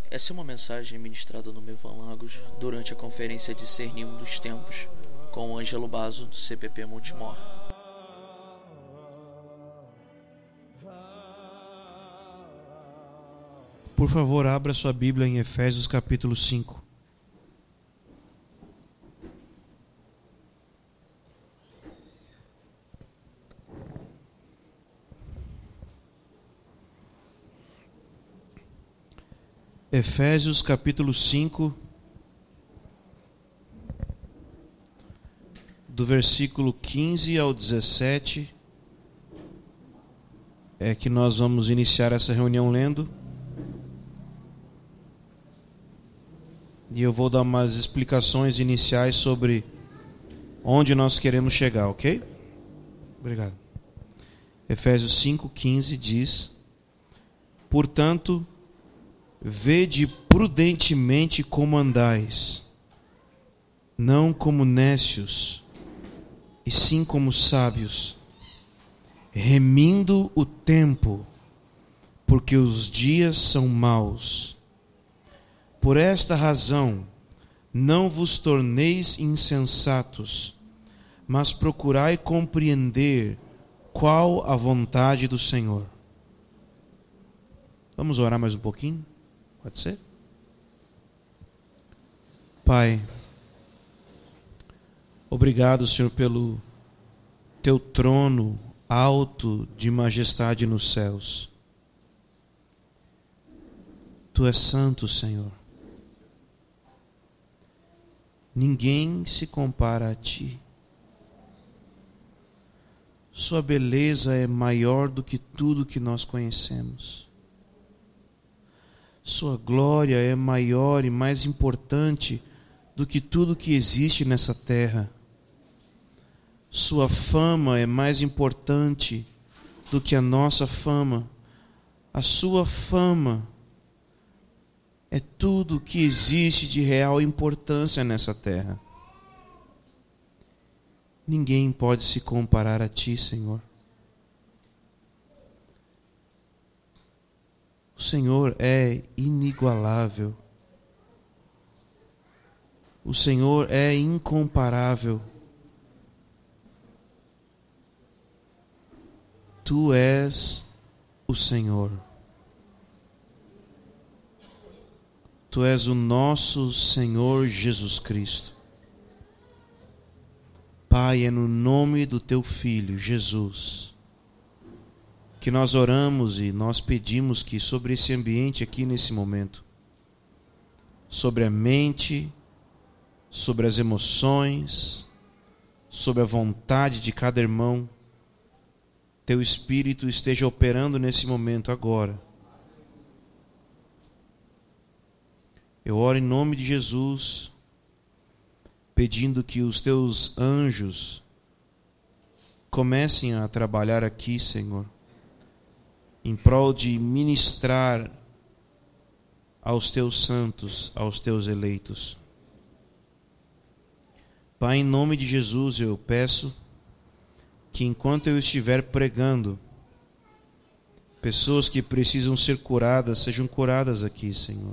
Essa é uma mensagem ministrada no Mevan Lagos durante a conferência Discernindo dos Tempos com o Ângelo Basso do CPP Montemor. Por favor, abra sua Bíblia em Efésios capítulo 5. Efésios capítulo 5, do versículo 15 ao 17, é que nós vamos iniciar essa reunião lendo. E eu vou dar umas explicações iniciais sobre onde nós queremos chegar, ok? Obrigado. Efésios 5:15 diz: Portanto, vede prudentemente como andais, não como nécios, e sim como sábios, remindo o tempo, porque os dias são maus. Por esta razão, não vos torneis insensatos, mas procurai compreender qual a vontade do Senhor. Vamos orar mais um pouquinho? Pode ser? Pai, obrigado, Senhor, pelo teu trono alto de majestade nos céus. Tu és santo, Senhor. Ninguém se compara a ti. Sua beleza é maior do que tudo que nós conhecemos. Sua glória é maior e mais importante do que tudo que existe nessa terra. Sua fama é mais importante do que a nossa fama. A sua fama é tudo que existe de real importância nessa terra. Ninguém pode se comparar a ti, Senhor. O Senhor é inigualável. O Senhor é incomparável. Tu és o Senhor. Tu és o nosso Senhor Jesus Cristo. Pai, é no nome do Teu Filho, Jesus, que nós oramos e nós pedimos que sobre esse ambiente aqui nesse momento, sobre a mente, sobre as emoções, sobre a vontade de cada irmão, Teu Espírito esteja operando nesse momento agora. Eu oro em nome de Jesus, pedindo que os Teus anjos comecem a trabalhar aqui, Senhor, em prol de ministrar aos Teus santos, aos Teus eleitos. Pai, em nome de Jesus, eu peço que enquanto eu estiver pregando, pessoas que precisam ser curadas, sejam curadas aqui, Senhor.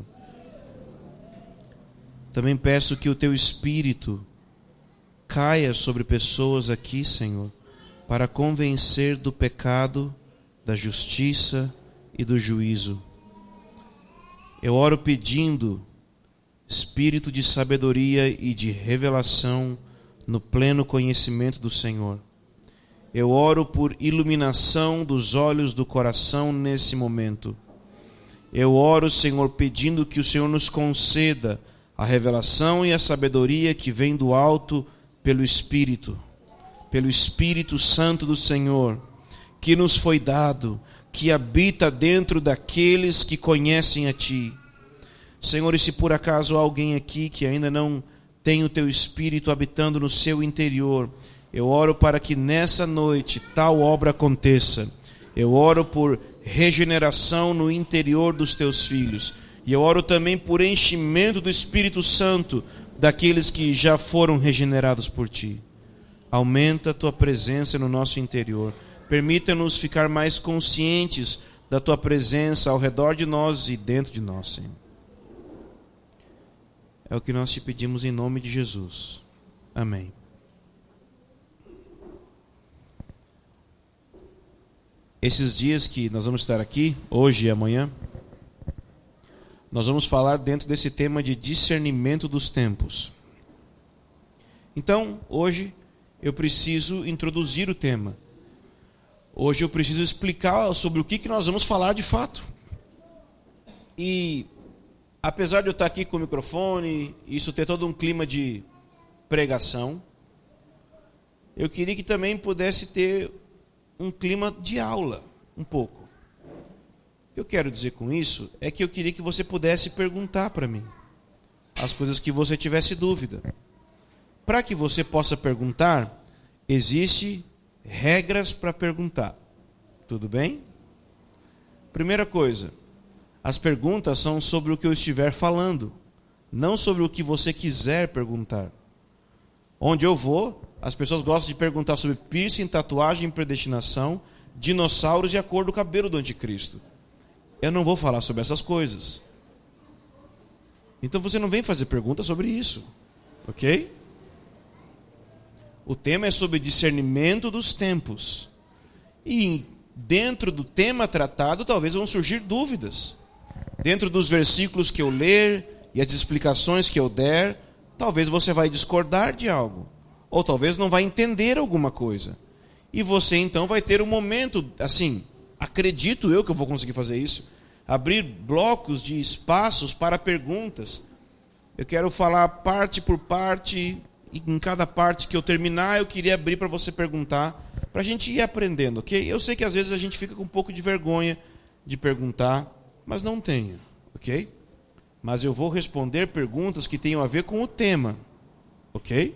Também peço que o Teu Espírito caia sobre pessoas aqui, Senhor, para convencer do pecado, da justiça e do juízo. Eu oro pedindo espírito de sabedoria e de revelação no pleno conhecimento do Senhor. Eu oro por iluminação dos olhos do coração nesse momento. Eu oro, Senhor, pedindo que o Senhor nos conceda a revelação e a sabedoria que vem do alto pelo Espírito Santo do Senhor, que nos foi dado, que habita dentro daqueles que conhecem a Ti. Senhor, e se por acaso há alguém aqui que ainda não tem o Teu Espírito habitando no seu interior, eu oro para que nessa noite tal obra aconteça. Eu oro por regeneração no interior dos Teus filhos. E eu oro também por enchimento do Espírito Santo daqueles que já foram regenerados por Ti. Aumenta a Tua presença no nosso interior. Permita-nos ficar mais conscientes da Tua presença ao redor de nós e dentro de nós, Senhor. É o que nós te pedimos em nome de Jesus. Amém. Esses dias que nós vamos estar aqui, hoje e amanhã, nós vamos falar dentro desse tema de discernimento dos tempos. Então, hoje, eu preciso introduzir o tema. Hoje eu preciso explicar sobre o que nós vamos falar de fato. E, apesar de eu estar aqui com o microfone, isso ter todo um clima de pregação, eu queria que também pudesse ter um clima de aula, um pouco. O que eu quero dizer com isso é que eu queria que você pudesse perguntar para mim as coisas que você tivesse dúvida. Para que você possa perguntar, existem regras para perguntar. Tudo bem? Primeira coisa, as perguntas são sobre o que eu estiver falando, não sobre o que você quiser perguntar. Onde eu vou, as pessoas gostam de perguntar sobre piercing, tatuagem, predestinação, dinossauros e a cor do cabelo do anticristo. Eu não vou falar sobre essas coisas. Então você não vem fazer perguntas sobre isso, ok? O tema é sobre discernimento dos tempos. E dentro do tema tratado, talvez vão surgir dúvidas. Dentro dos versículos que eu ler e as explicações que eu der, talvez você vai discordar de algo. Ou talvez não vai entender alguma coisa. E você então vai ter um momento, assim, acredito eu que eu vou conseguir fazer isso, abrir blocos de espaços para perguntas. Eu quero falar parte por parte, e em cada parte que eu terminar, eu queria abrir para você perguntar, para a gente ir aprendendo, ok? Eu sei que às vezes a gente fica com um pouco de vergonha de perguntar, mas não tenha, ok? Mas eu vou responder perguntas que tenham a ver com o tema, ok?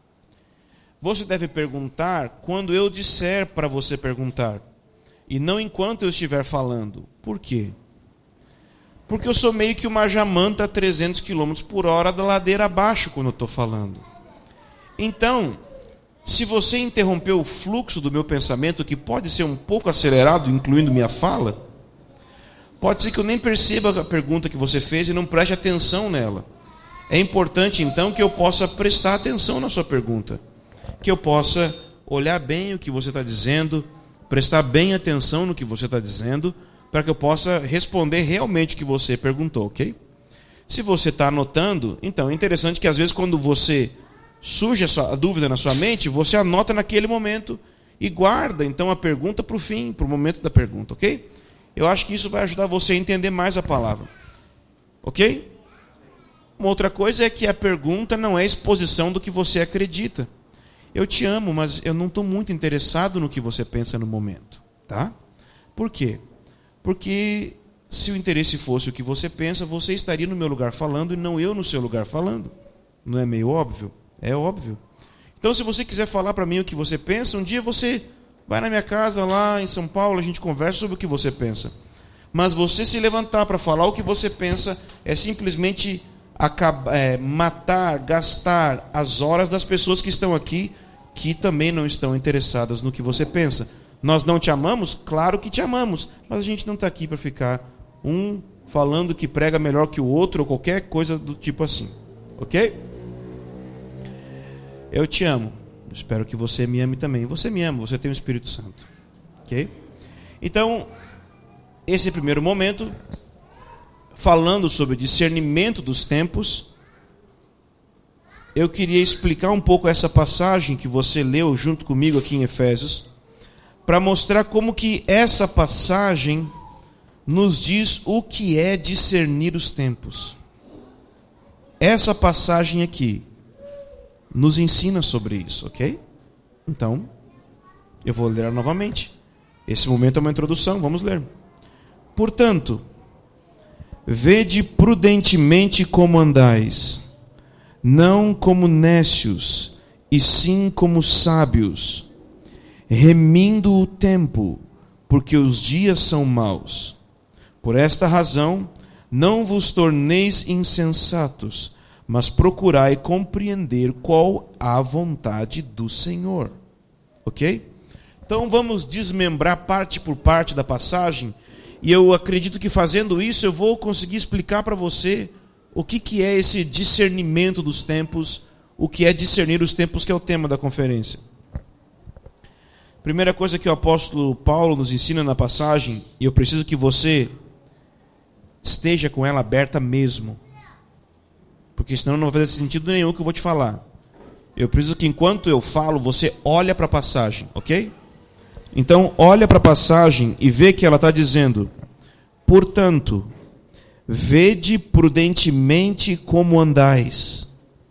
Você deve perguntar quando eu disser para você perguntar, e não enquanto eu estiver falando. Por quê? Porque eu sou meio que uma jamanta a 300 km por hora da ladeira abaixo quando eu estou falando. Então, se você interromper o fluxo do meu pensamento, que pode ser um pouco acelerado, incluindo minha fala, pode ser que eu nem perceba a pergunta que você fez e não preste atenção nela. É importante, então, que eu possa prestar atenção na sua pergunta. Que eu possa olhar bem o que você está dizendo, prestar bem atenção no que você está dizendo, para que eu possa responder realmente o que você perguntou, ok? Se você está anotando, então é interessante que às vezes quando você surge a dúvida na sua mente, você anota naquele momento e guarda então a pergunta para o fim, para o momento da pergunta, ok? Eu acho que isso vai ajudar você a entender mais a palavra, ok? Uma outra coisa é que a pergunta não é exposição do que você acredita. Eu te amo, mas eu não estou muito interessado no que você pensa no momento, tá? Por quê? Porque se o interesse fosse o que você pensa, você estaria no meu lugar falando e não eu no seu lugar falando. Não é meio óbvio? É óbvio. Então, se você quiser falar para mim o que você pensa, um dia você vai na minha casa lá em São Paulo, a gente conversa sobre o que você pensa. Mas você se levantar para falar o que você pensa é simplesmente matar, gastar as horas das pessoas que estão aqui, que também não estão interessadas no que você pensa. Nós não te amamos? Claro que te amamos, mas a gente não está aqui para ficar um falando que prega melhor que o outro ou qualquer coisa do tipo assim, ok? Eu te amo, espero que você me ame também. Você me ama, você tem o Espírito Santo, ok? Então, esse primeiro momento, falando sobre discernimento dos tempos, eu queria explicar um pouco essa passagem que você leu junto comigo aqui em Efésios, para mostrar como que essa passagem nos diz o que é discernir os tempos. Essa passagem aqui nos ensina sobre isso, ok? Então, eu vou ler novamente. Esse momento é uma introdução, vamos ler. Portanto, vede prudentemente como andais, não como nécios, e sim como sábios, remindo o tempo, porque os dias são maus. Por esta razão, não vos torneis insensatos, mas procurai compreender qual a vontade do Senhor. Ok? Então vamos desmembrar parte por parte da passagem, e eu acredito que fazendo isso eu vou conseguir explicar para você o que é esse discernimento dos tempos, o que é discernir os tempos, que é o tema da conferência. Primeira coisa que o apóstolo Paulo nos ensina na passagem, e eu preciso que você esteja com ela aberta mesmo, porque senão não vai fazer sentido nenhum o que eu vou te falar. Eu preciso que enquanto eu falo, você olhe para a passagem, ok? Então, olha para a passagem e vê que ela está dizendo: portanto, vede prudentemente como andais.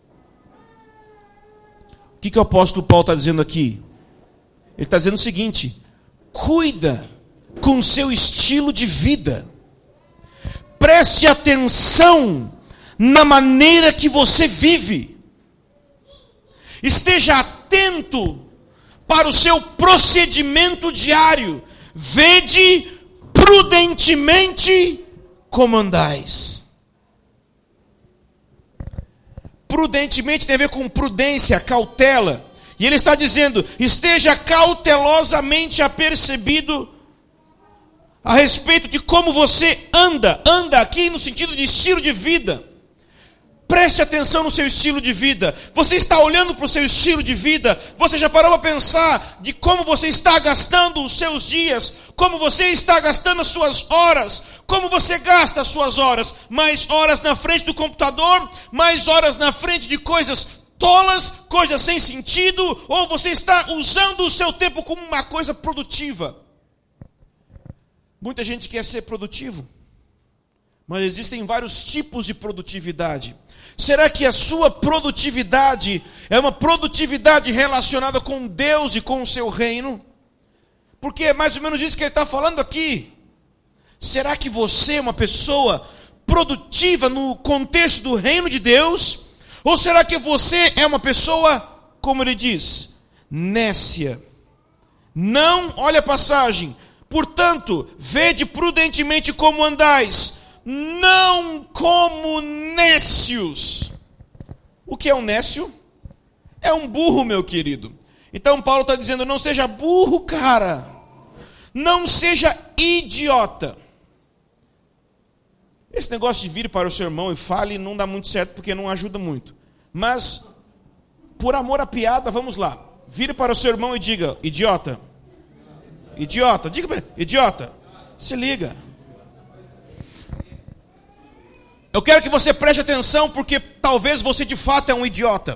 O que o apóstolo Paulo está dizendo aqui? Ele está dizendo o seguinte: cuida com o seu estilo de vida. Preste atenção na maneira que você vive. Esteja atento para o seu procedimento diário. Vede prudentemente como andais. Prudentemente tem a ver com prudência, cautela. E ele está dizendo: esteja cautelosamente apercebido a respeito de como você anda. Anda aqui no sentido de estilo de vida. Preste atenção no seu estilo de vida. Você está olhando para o seu estilo de vida? Você já parou para pensar de como você está gastando os seus dias? Como você está gastando as suas horas? Como você gasta as suas horas? Mais horas na frente do computador? Mais horas na frente de coisas tolas, coisas sem sentido? Ou você está usando o seu tempo como uma coisa produtiva? Muita gente quer ser produtivo, mas existem vários tipos de produtividade. Será que a sua produtividade é uma produtividade relacionada com Deus e com o seu reino? Porque é mais ou menos isso que ele está falando aqui. Será que você é uma pessoa produtiva no contexto do reino de Deus? Ou será que você é uma pessoa, como ele diz, nécia? Não, olha a passagem. Portanto, vede prudentemente como andais, não como nécios. O que é um nécio? É um burro, meu querido. Então Paulo está dizendo: não seja burro, cara. Não seja idiota. Esse negócio de vir para o seu irmão e fale não dá muito certo, porque não ajuda muito. Mas, por amor à piada, vamos lá. Vire para o seu irmão e diga: idiota. Idiota, diga para ele: idiota. Se liga. Eu quero que você preste atenção, porque talvez você de fato é um idiota.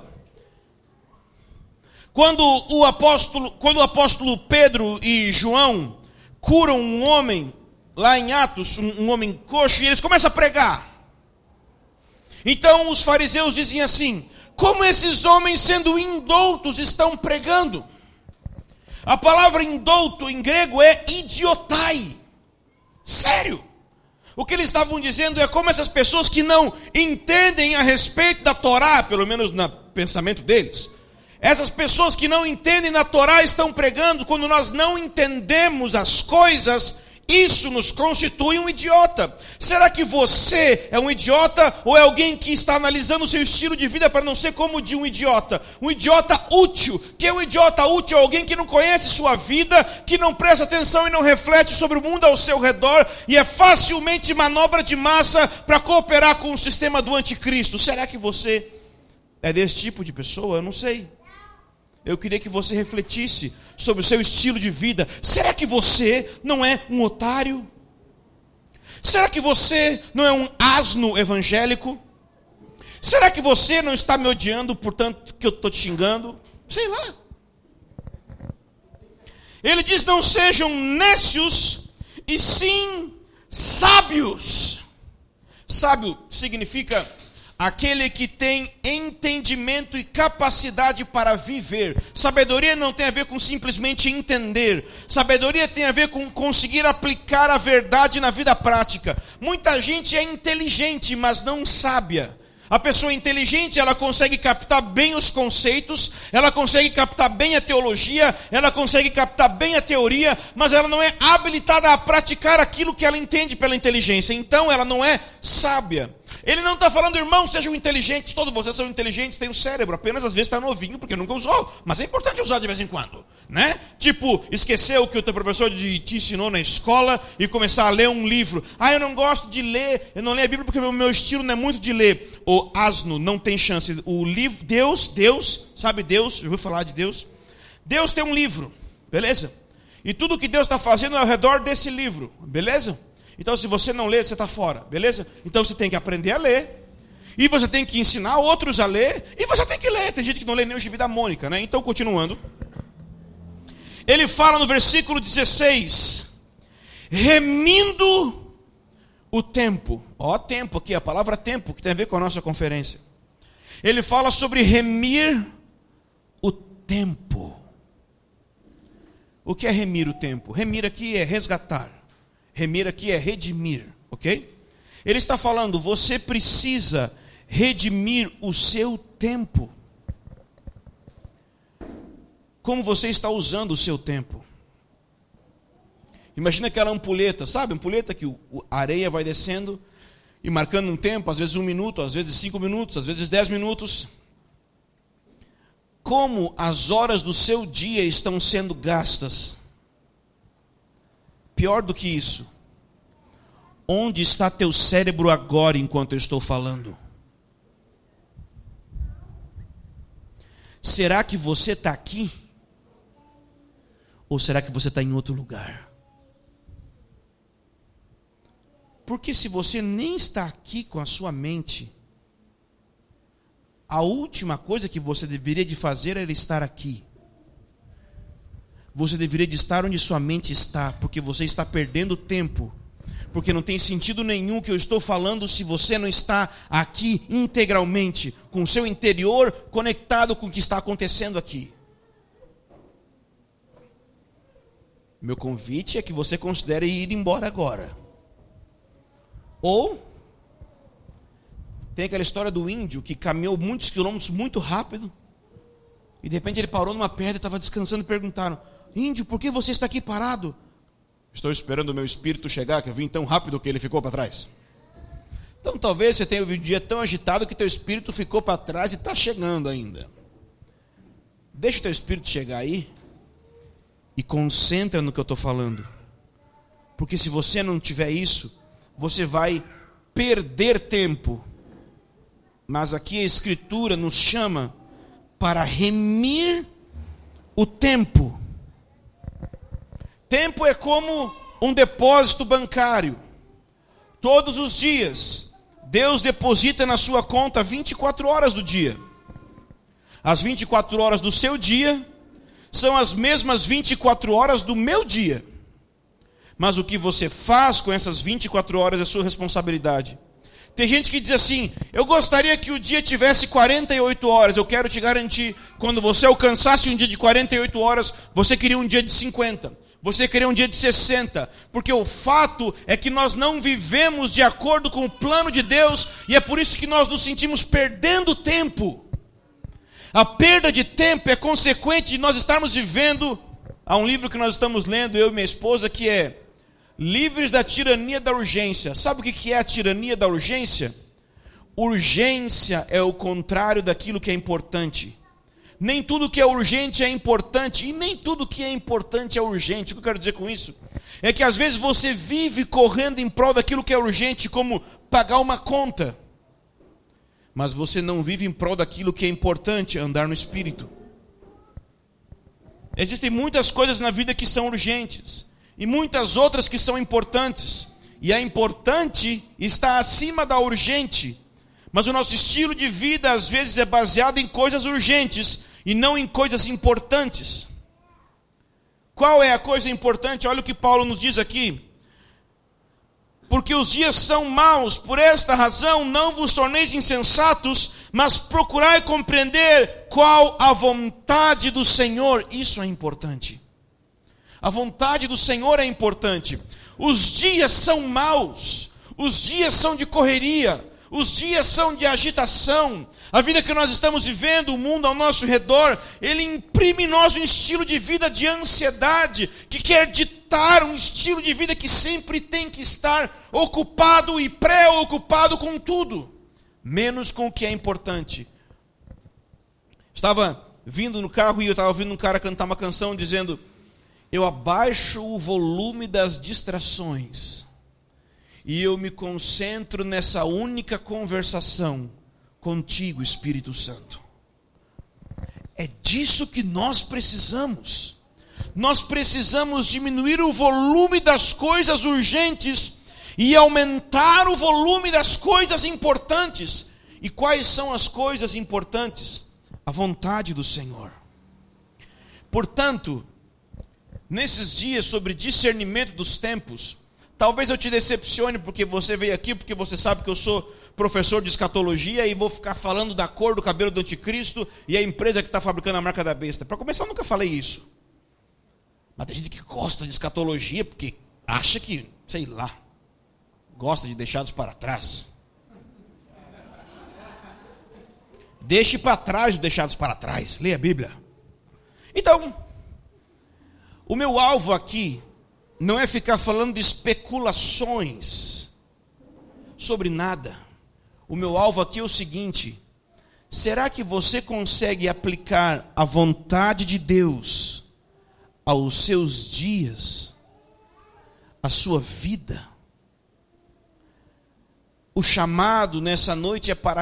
Quando o apóstolo Pedro e João curam um homem, lá em Atos, um homem coxo, e eles começam a pregar. Então os fariseus dizem assim: como esses homens, sendo indoutos, estão pregando? A palavra indouto em grego é idiotai. Sério. O que eles estavam dizendo é como essas pessoas que não entendem a respeito da Torá, pelo menos no pensamento deles. Essas pessoas que não entendem na Torá estão pregando. Quando nós não entendemos as coisas, isso nos constitui um idiota. Será que você é um idiota ou é alguém que está analisando o seu estilo de vida para não ser como de um idiota? Um idiota útil. Que é um idiota útil? Alguém que não conhece sua vida, que não presta atenção e não reflete sobre o mundo ao seu redor e é facilmente manobra de massa para cooperar com o sistema do anticristo. Será que você é desse tipo de pessoa? Eu não sei. Eu queria que você refletisse sobre o seu estilo de vida. Será que você não é um otário? Será que você não é um asno evangélico? Será que você não está me odiando, portanto que eu estou te xingando? Sei lá. Ele diz: não sejam nécios, e sim sábios. Sábio significa aquele que tem entendimento e capacidade para viver. Sabedoria não tem a ver com simplesmente entender. Sabedoria tem a ver com conseguir aplicar a verdade na vida prática. Muita gente é inteligente, mas não sábia. A pessoa inteligente, ela consegue captar bem os conceitos, ela consegue captar bem a teologia, ela consegue captar bem a teoria, mas ela não é habilitada a praticar aquilo que ela entende pela inteligência. Então ela não é sábia. Ele não está falando: irmãos, sejam inteligentes. Todos vocês são inteligentes, têm um cérebro, apenas às vezes está novinho porque nunca usou. Mas é importante usar de vez em quando. né? Tipo, esquecer o que o teu professor te ensinou na escola e começar a ler um livro. Eu não gosto de ler, eu não leio a Bíblia porque o meu estilo não é muito de ler. O asno, não tem chance. O livro, Deus, sabe Deus? Já ouviu falar de Deus? Deus tem um livro, beleza? E tudo que Deus está fazendo é ao redor desse livro, beleza? Então se você não lê, você está fora, beleza? Então você tem que aprender a ler. E você tem que ensinar outros a ler. E você tem que ler. Tem gente que não lê nem o Gibi da Mônica, né? Então, continuando. Ele fala no versículo 16. Remindo o tempo. Ó, tempo aqui, a palavra tempo, que tem a ver com a nossa conferência. Ele fala sobre remir o tempo. O que é remir o tempo? Remir aqui é resgatar. Remir aqui é redimir, ok? Ele está falando, você precisa redimir o seu tempo. Como você está usando o seu tempo? Imagina aquela ampulheta, sabe? Ampulheta que a areia vai descendo e marcando um tempo, às vezes 1 minuto, às vezes 5 minutos, às vezes 10 minutos. Como as horas do seu dia estão sendo gastas? Pior do que isso. Onde está teu cérebro agora enquanto eu estou falando? Será que você está aqui? Ou será que você está em outro lugar? Porque se você nem está aqui com a sua mente, a última coisa que você deveria de fazer era estar aqui. Você deveria de estar onde sua mente está, porque você está perdendo tempo. Porque não tem sentido nenhum que eu estou falando se você não está aqui integralmente, com o seu interior conectado com o que está acontecendo aqui. Meu convite é que você considere ir embora agora. Ou, tem aquela história do índio que caminhou muitos quilômetros muito rápido, e de repente ele parou numa pedra e estava descansando e perguntaram: índio, por que você está aqui parado? Estou esperando o meu espírito chegar, que eu vim tão rápido que ele ficou para trás. Então talvez você tenha um dia tão agitado que teu espírito ficou para trás e está chegando ainda. Deixa o teu espírito chegar aí e concentra no que eu estou falando. Porque se você não tiver isso, você vai perder tempo. Mas aqui a Escritura nos chama para remir o tempo. Tempo é como um depósito bancário. Todos os dias, Deus deposita na sua conta 24 horas do dia. As 24 horas do seu dia são as mesmas 24 horas do meu dia. Mas o que você faz com essas 24 horas é sua responsabilidade. Tem gente que diz assim: eu gostaria que o dia tivesse 48 horas. Eu quero te garantir, quando você alcançasse um dia de 48 horas, você queria um dia de 50. Você queria um dia de 60, porque o fato é que nós não vivemos de acordo com o plano de Deus, e é por isso que nós nos sentimos perdendo tempo. A perda de tempo é consequente de nós estarmos vivendo. Há um livro que nós estamos lendo, eu e minha esposa, que é Livres da Tirania da Urgência. Sabe o que é a tirania da urgência? Urgência é o contrário daquilo que é importante. Nem tudo que é urgente é importante, e nem tudo que é importante é urgente. O que eu quero dizer com isso? É que às vezes você vive correndo em prol daquilo que é urgente, como pagar uma conta. Mas você não vive em prol daquilo que é importante, andar no Espírito. Existem muitas coisas na vida que são urgentes, e muitas outras que são importantes. E a importante está acima da urgente. Mas o nosso estilo de vida às vezes é baseado em coisas urgentes e não em coisas importantes. Qual é a coisa importante? Olha o que Paulo nos diz aqui. Porque os dias são maus, por esta razão não vos torneis insensatos, mas procurai compreender qual a vontade do Senhor. Isso é importante. A vontade do Senhor é importante. Os dias são maus, os dias são de correria, os dias são de agitação. A vida que nós estamos vivendo, o mundo ao nosso redor, ele imprime em nós um estilo de vida de ansiedade, que quer ditar um estilo de vida que sempre tem que estar ocupado e preocupado com tudo, menos com o que é importante. Estava vindo no carro e eu estava ouvindo um cara cantar uma canção dizendo: eu abaixo o volume das distrações e eu me concentro nessa única conversação contigo, Espírito Santo. É disso que nós precisamos. Nós precisamos diminuir o volume das coisas urgentes e aumentar o volume das coisas importantes. E quais são as coisas importantes? A vontade do Senhor. Portanto, nesses dias sobre discernimento dos tempos, talvez eu te decepcione porque você veio aqui, porque você sabe que eu sou professor de escatologia e vou ficar falando da cor do cabelo do anticristo e a empresa que está fabricando a marca da besta. Para começar, eu nunca falei isso. Mas tem gente que gosta de escatologia porque acha que, sei lá, gosta de deixados para trás. Deixe para trás os deixados para trás. Leia a Bíblia. Então, o meu alvo aqui não é ficar falando de especulações sobre nada. O meu alvo aqui é o seguinte: será que você consegue aplicar a vontade de Deus aos seus dias, à sua vida? O chamado nessa noite é para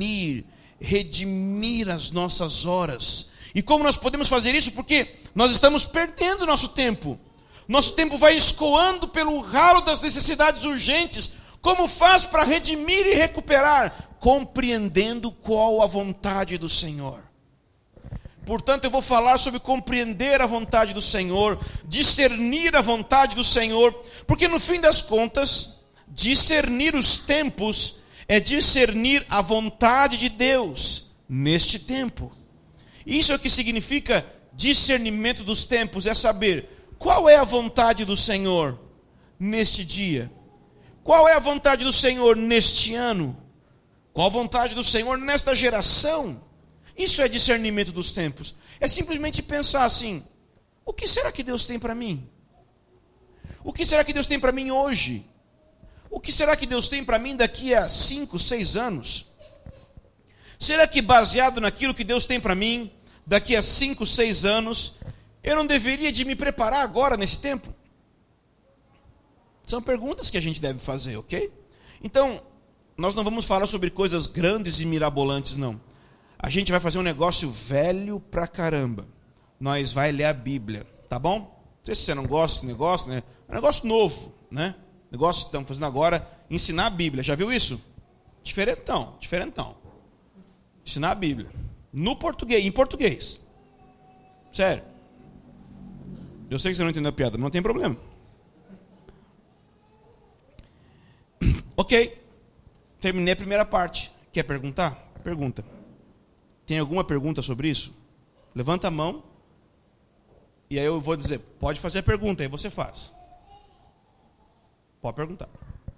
redimir as nossas horas. E como nós podemos fazer isso? Porque nós estamos perdendo nosso tempo. Nosso tempo vai escoando pelo ralo das necessidades urgentes. Como faz para redimir e recuperar? Compreendendo qual a vontade do Senhor. Portanto, eu vou falar sobre compreender a vontade do Senhor, discernir a vontade do Senhor, porque no fim das contas, discernir os tempos é discernir a vontade de Deus neste tempo. Isso é o que significa discernimento dos tempos, é saber qual é a vontade do Senhor neste dia, qual é a vontade do Senhor neste ano, qual a vontade do Senhor nesta geração. Isso é discernimento dos tempos. É simplesmente pensar assim: o que será que Deus tem para mim? O que será que Deus tem para mim hoje? O que será que Deus tem para mim daqui a 5, 6 anos? Será que baseado naquilo que Deus tem para mim daqui a 5, 6 anos, eu não deveria de me preparar agora nesse tempo? São perguntas que a gente deve fazer, ok? Então, nós não vamos falar sobre coisas grandes e mirabolantes, não. A gente vai fazer um negócio velho pra caramba. Nós vai ler a Bíblia, tá bom? Não sei se você não gosta desse negócio, né? É um negócio novo, né? Negócio que estamos fazendo agora, ensinar a Bíblia. Já viu isso? Diferentão. Ensinar a Bíblia. No português, em português. Sério. Eu sei que você não entendeu a piada, mas não tem problema. Ok. Terminei a primeira parte. Quer perguntar? Pergunta. Tem alguma pergunta sobre isso? Levanta a mão. E aí eu vou dizer, pode fazer a pergunta, aí você faz. Pode perguntar.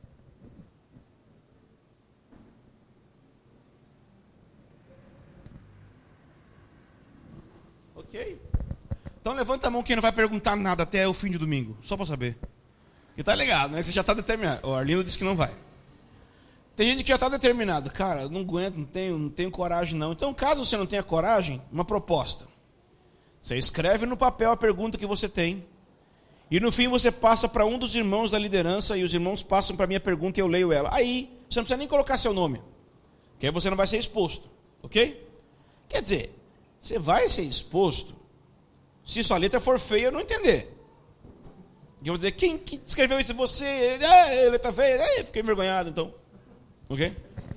Ok. Então levanta a mão quem não vai perguntar nada até o fim de domingo. Só para saber. Porque tá ligado, né? Você já está determinado. O Arlindo disse que não vai. Tem gente que já está determinado. Cara, eu não aguento, não tenho coragem não. Então, caso você não tenha coragem, uma proposta. Você escreve no papel a pergunta que você tem. E no fim você passa para um dos irmãos da liderança e os irmãos passam para a minha pergunta e eu leio ela. Aí, você não precisa nem colocar seu nome. Porque aí você não vai ser exposto. Ok? Quer dizer, você vai ser exposto se sua letra for feia eu não entender. E eu vou dizer, quem que escreveu isso? Você? Letra feia? Fiquei envergonhado, então. Ok?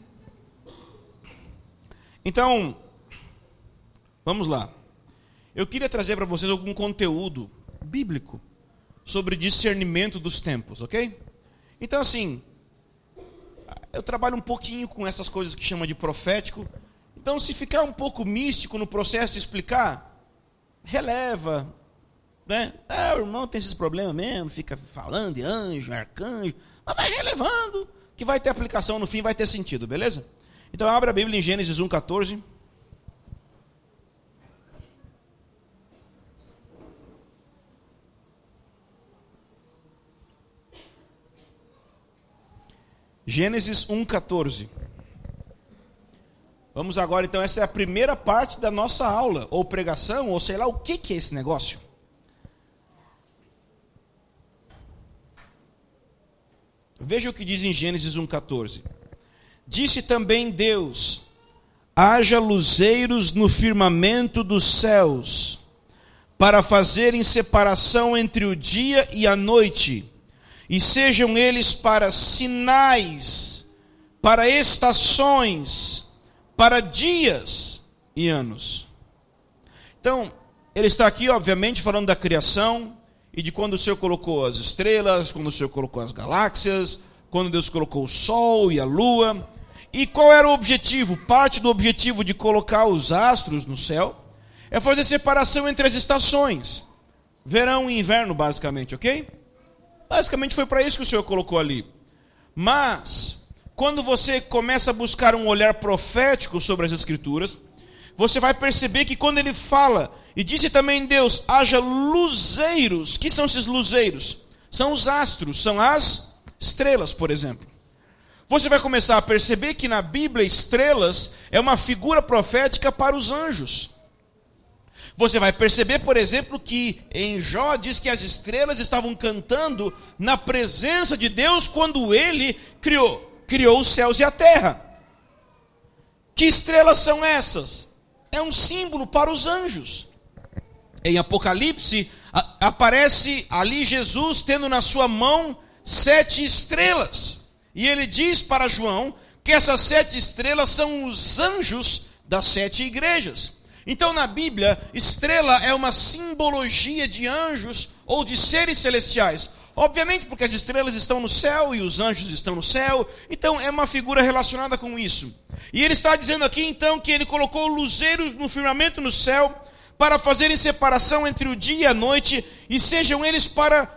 Então, vamos lá. Eu queria trazer para vocês algum conteúdo bíblico sobre discernimento dos tempos, ok? Então, assim, eu trabalho um pouquinho com essas coisas que chama de profético. Então, se ficar um pouco místico no processo de explicar, releva, né? O irmão tem esses problemas mesmo, fica falando de anjo, arcanjo, mas vai relevando, que vai ter aplicação no fim, vai ter sentido, beleza? Então, abra a Bíblia em Gênesis 1:14. Gênesis 1:14. Vamos agora, então, essa é a primeira parte da nossa aula, ou pregação, ou sei lá, o que é esse negócio? Veja o que diz em Gênesis 1,14. Disse também Deus: haja luzeiros no firmamento dos céus, para fazerem separação entre o dia e a noite, e sejam eles para sinais, para estações, para dias e anos. Então, ele está aqui, obviamente, falando da criação, e de quando o Senhor colocou as estrelas, quando o Senhor colocou as galáxias, quando Deus colocou o sol e a lua. E qual era o objetivo? Parte do objetivo de colocar os astros no céu é fazer separação entre as estações. Verão e inverno, basicamente, ok? Basicamente foi para isso que o Senhor colocou ali. Mas, quando você começa a buscar um olhar profético sobre as Escrituras, você vai perceber que quando ele fala, e disse também Deus, haja luzeiros. Que são esses luzeiros? São os astros, são as estrelas, por exemplo. Você vai começar a perceber que na Bíblia, estrelas é uma figura profética para os anjos. Você vai perceber, por exemplo, que em Jó diz que as estrelas estavam cantando na presença de Deus quando ele criou os céus e a terra. Que estrelas são essas? É um símbolo para os anjos. Em Apocalipse, aparece ali Jesus tendo na sua mão 7 estrelas. E ele diz para João que essas 7 estrelas são os anjos das 7 igrejas. Então na Bíblia, estrela é uma simbologia de anjos ou de seres celestiais. Obviamente porque as estrelas estão no céu e os anjos estão no céu. Então é uma figura relacionada com isso. E ele está dizendo aqui então que ele colocou luzeiros no firmamento no céu para fazerem separação entre o dia e a noite, e sejam eles para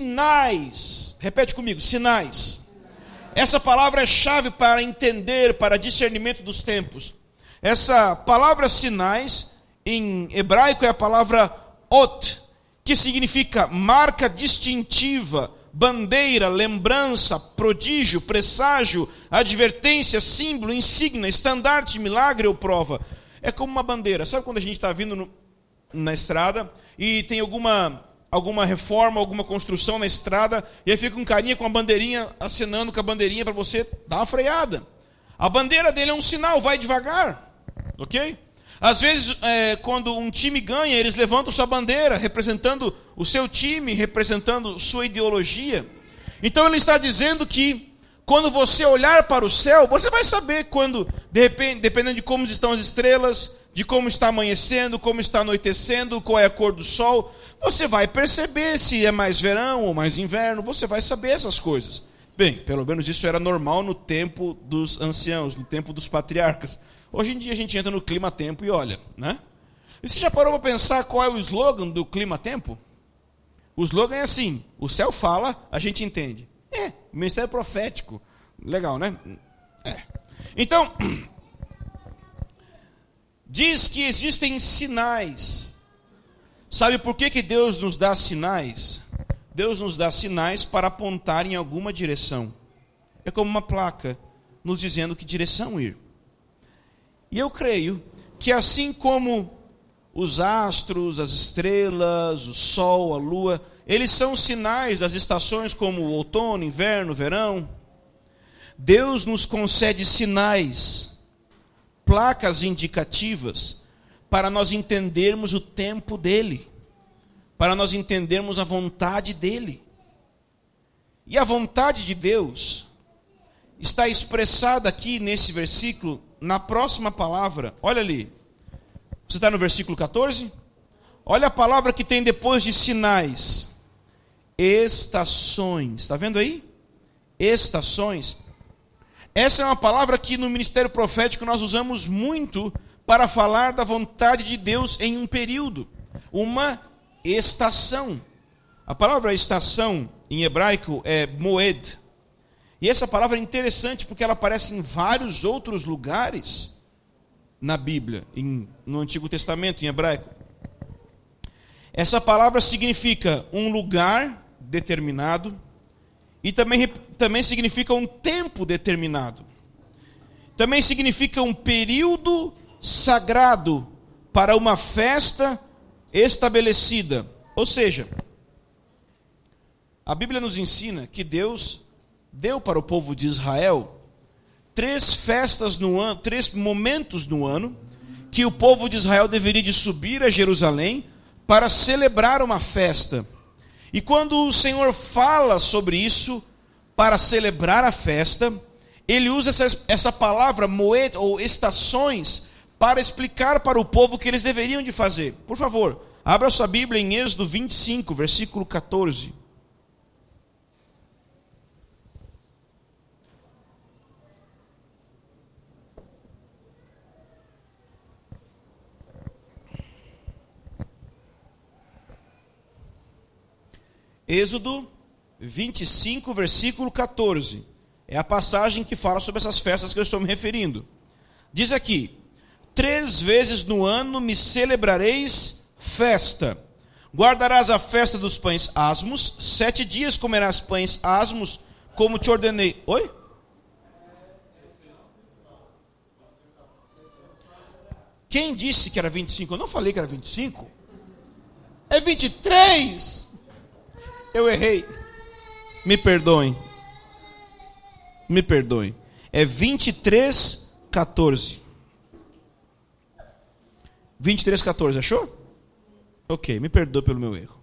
sinais. Repete comigo, sinais. Essa palavra é chave para entender, para discernimento dos tempos. Essa palavra sinais, em hebraico, é a palavra ot, que significa marca distintiva, bandeira, lembrança, prodígio, presságio, advertência, símbolo, insígnia, estandarte, milagre ou prova. É como uma bandeira. Sabe quando a gente está vindo na estrada e tem alguma reforma, alguma construção na estrada, e aí fica um carinha com a bandeirinha, acenando com a bandeirinha para você dar uma freada. A bandeira dele é um sinal, vai devagar, ok? Às vezes, quando um time ganha, eles levantam sua bandeira, representando o seu time, representando sua ideologia. Então ele está dizendo que quando você olhar para o céu, você vai saber quando, de repente, dependendo de como estão as estrelas, de como está amanhecendo, como está anoitecendo, qual é a cor do sol, você vai perceber se é mais verão ou mais inverno, você vai saber essas coisas. Bem, pelo menos isso era normal no tempo dos anciãos, no tempo dos patriarcas. Hoje em dia a gente entra no clima-tempo e olha, né? E você já parou para pensar qual é o slogan do clima-tempo? O slogan é assim, o céu fala, a gente entende. Ministério profético. Legal, né? Então, diz que existem sinais. Sabe por que Deus nos dá sinais? Deus nos dá sinais para apontar em alguma direção. É como uma placa nos dizendo que direção ir. E eu creio que assim como os astros, as estrelas, o sol, a lua, eles são sinais das estações como o outono, inverno, verão. Deus nos concede sinais, placas indicativas, para nós entendermos o tempo dele, para nós entendermos a vontade dele. E a vontade de Deus está expressada aqui nesse versículo, na próxima palavra. Olha ali, você está no versículo 14? Olha a palavra que tem depois de sinais. Estações. Está vendo aí? Estações. Essa é uma palavra que no ministério profético nós usamos muito para falar da vontade de Deus em um período. Uma estação. A palavra estação em hebraico é moed. E essa palavra é interessante porque ela aparece em vários outros lugares na Bíblia, no Antigo Testamento, em hebraico. Essa palavra significa um lugar determinado e também significa um tempo determinado. também significa um período sagrado para uma festa estabelecida. Ou seja, a Bíblia nos ensina que Deus deu para o povo de Israel 3 festas no ano, 3 momentos no ano, que o povo de Israel deveria de subir a Jerusalém para celebrar uma festa. E quando o Senhor fala sobre isso, para celebrar a festa, ele usa essa palavra moed, ou estações, para explicar para o povo o que eles deveriam de fazer. Por favor, abra sua Bíblia em Êxodo 25, versículo 14. Êxodo 25, versículo 14. É a passagem que fala sobre essas festas que eu estou me referindo. Diz aqui: 3 vezes no ano me celebrareis festa. Guardarás a festa dos pães asmos. 7 dias comerás pães asmos, como te ordenei. Oi? Quem disse que era 25? Eu não falei que era 25. É 23. Eu errei. Me perdoem. Me perdoem. É 23, 14. 23, 14, achou? Ok, me perdoe pelo meu erro.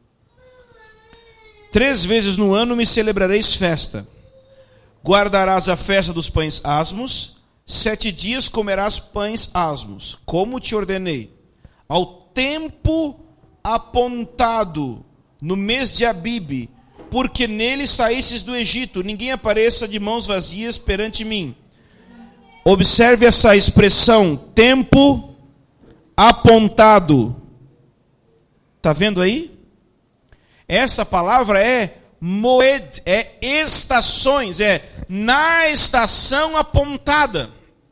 3 vezes no ano me celebrareis festa. Guardarás a festa dos pães asmos. 7 dias comerás pães asmos, como te ordenei. Ao tempo apontado, no mês de Abibe, porque nele saísses do Egito, ninguém apareça de mãos vazias perante mim. Observe essa expressão, tempo apontado. Está vendo aí? Essa palavra é moed, é estações, é na estação apontada.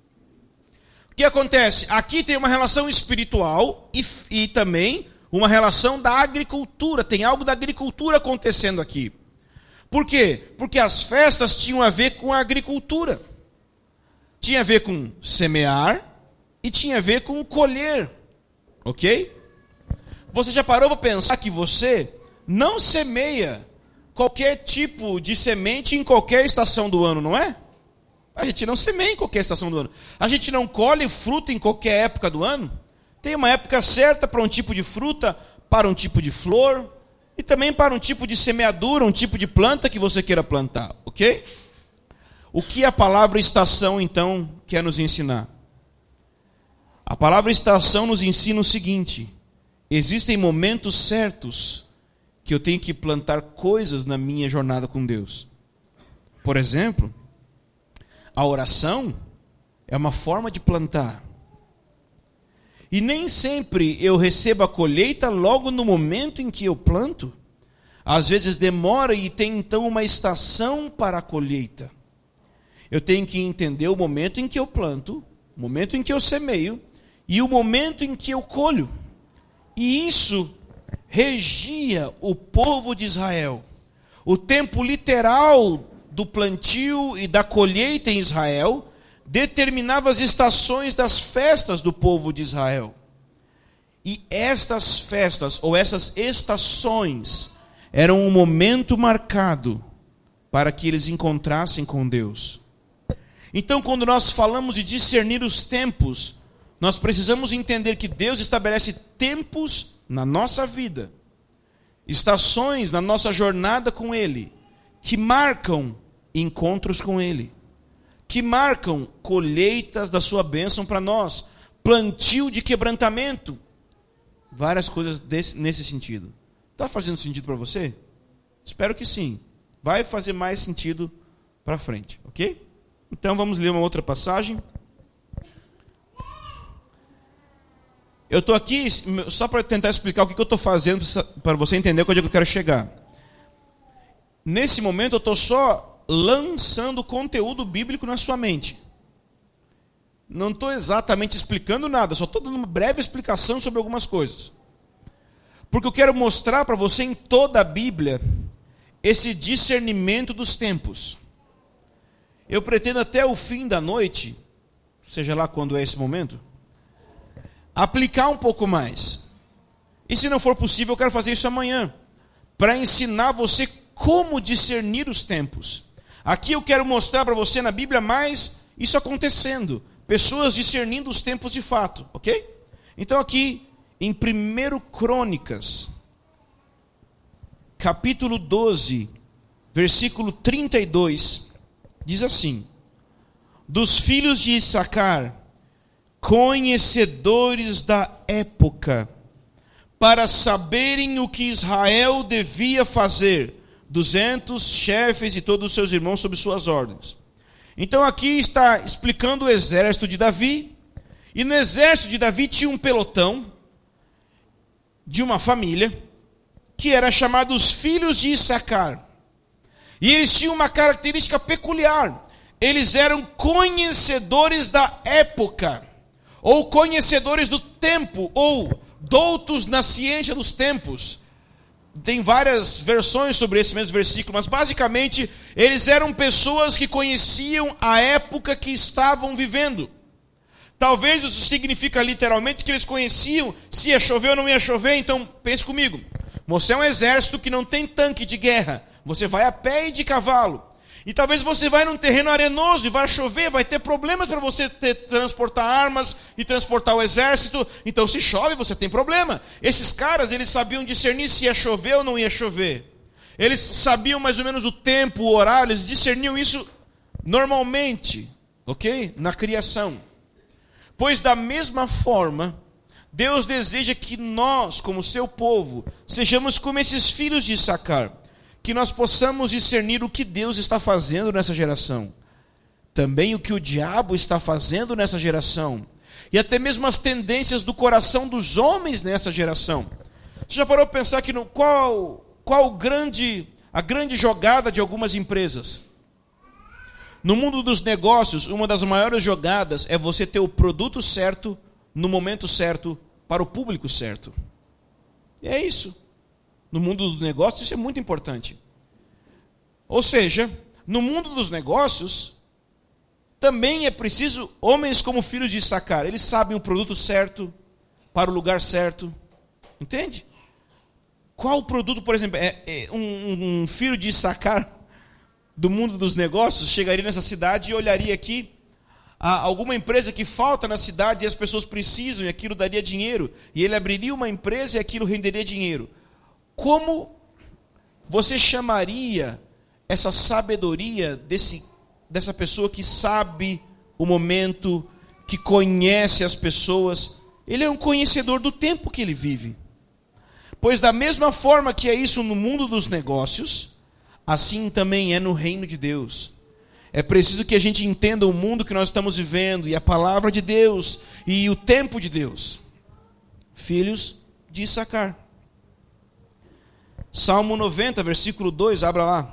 O que acontece? Aqui tem uma relação espiritual e também uma relação da agricultura. Tem algo da agricultura acontecendo aqui. Por quê? Porque as festas tinham a ver com a agricultura. Tinha a ver com semear e tinha a ver com colher. Ok? Você já parou para pensar que você não semeia qualquer tipo de semente em qualquer estação do ano, não é? A gente não semeia em qualquer estação do ano. A gente não colhe fruta em qualquer época do ano. Tem uma época certa para um tipo de fruta, para um tipo de flor, e também para um tipo de semeadura, um tipo de planta que você queira plantar, ok? O que a palavra estação, então, quer nos ensinar? A palavra estação nos ensina o seguinte: existem momentos certos que eu tenho que plantar coisas na minha jornada com Deus. Por exemplo, a oração é uma forma de plantar. E nem sempre eu recebo a colheita logo no momento em que eu planto. Às vezes demora e tem então uma estação para a colheita. Eu tenho que entender o momento em que eu planto, o momento em que eu semeio e o momento em que eu colho. E isso regia o povo de Israel. O tempo literal do plantio e da colheita em Israel determinava as estações das festas do povo de Israel. E estas festas, ou essas estações, eram um momento marcado para que eles encontrassem com Deus. Então, quando nós falamos de discernir os tempos, nós precisamos entender que Deus estabelece tempos na nossa vida, estações na nossa jornada com Ele, que marcam encontros com Ele, que marcam colheitas da sua bênção para nós, plantio de quebrantamento, várias coisas nesse sentido. Está fazendo sentido para você? Espero que sim. Vai fazer mais sentido para frente, ok? Então vamos ler uma outra passagem. Eu estou aqui só para tentar explicar o que eu estou fazendo para você entender onde é que eu quero chegar. Nesse momento eu estou só lançando conteúdo bíblico na sua mente. Não estou exatamente explicando nada, só estou dando uma breve explicação sobre algumas coisas. Porque eu quero mostrar para você em toda a Bíblia esse discernimento dos tempos. Eu pretendo até o fim da noite seja lá quando é esse momento, aplicar um pouco mais. E se não for possível, eu quero fazer isso amanhã, para ensinar você como discernir os tempos. Aqui eu quero mostrar para você na Bíblia mais isso acontecendo. Pessoas discernindo os tempos de fato, ok? Então aqui em 1 Crônicas, capítulo 12, versículo 32, diz assim: dos filhos de Issacar, conhecedores da época, para saberem o que Israel devia fazer, 200 chefes e todos os seus irmãos sob suas ordens. Então aqui está explicando o exército de Davi, e no exército de Davi tinha um pelotão de uma família, que era chamado os filhos de Issacar. E eles tinham uma característica peculiar: eles eram conhecedores da época, ou conhecedores do tempo, ou doutos na ciência dos tempos. Tem várias versões sobre esse mesmo versículo, mas basicamente eles eram pessoas que conheciam a época que estavam vivendo. Talvez isso significa literalmente que eles conheciam se ia chover ou não ia chover. Então pense comigo, você é um exército que não tem tanque de guerra, você vai a pé e de cavalo. E talvez você vai num terreno arenoso e vai chover, vai ter problemas para você transportar armas e transportar o exército. Então se chove, você tem problema. Esses caras, eles sabiam discernir se ia chover ou não ia chover. Eles sabiam mais ou menos o tempo, o horário, eles discerniam isso normalmente, ok? Na criação. Pois da mesma forma, Deus deseja que nós, como seu povo, sejamos como esses filhos de Issacar, que nós possamos discernir o que Deus está fazendo nessa geração, também o que o diabo está fazendo nessa geração, e até mesmo as tendências do coração dos homens nessa geração. Você já parou para pensar que qual a grande jogada de algumas empresas? No mundo dos negócios, uma das maiores jogadas é você ter o produto certo, no momento certo, para o público certo. E é isso. No mundo dos negócios, isso é muito importante. Ou seja, no mundo dos negócios, também é preciso homens como filhos de Issacar. Eles sabem o produto certo, para o lugar certo. Entende? Qual o produto, por exemplo, um filho de Issacar do mundo dos negócios chegaria nessa cidade e olharia aqui alguma empresa que falta na cidade e as pessoas precisam e aquilo daria dinheiro. E ele abriria uma empresa e aquilo renderia dinheiro. Como você chamaria essa sabedoria dessa pessoa que sabe o momento, que conhece as pessoas? Ele é um conhecedor do tempo que ele vive. Pois da mesma forma que é isso no mundo dos negócios, assim também é no reino de Deus. É preciso que a gente entenda o mundo que nós estamos vivendo, e a palavra de Deus, e o tempo de Deus. Filhos de Issacar. Salmo 90, versículo 2, abra lá.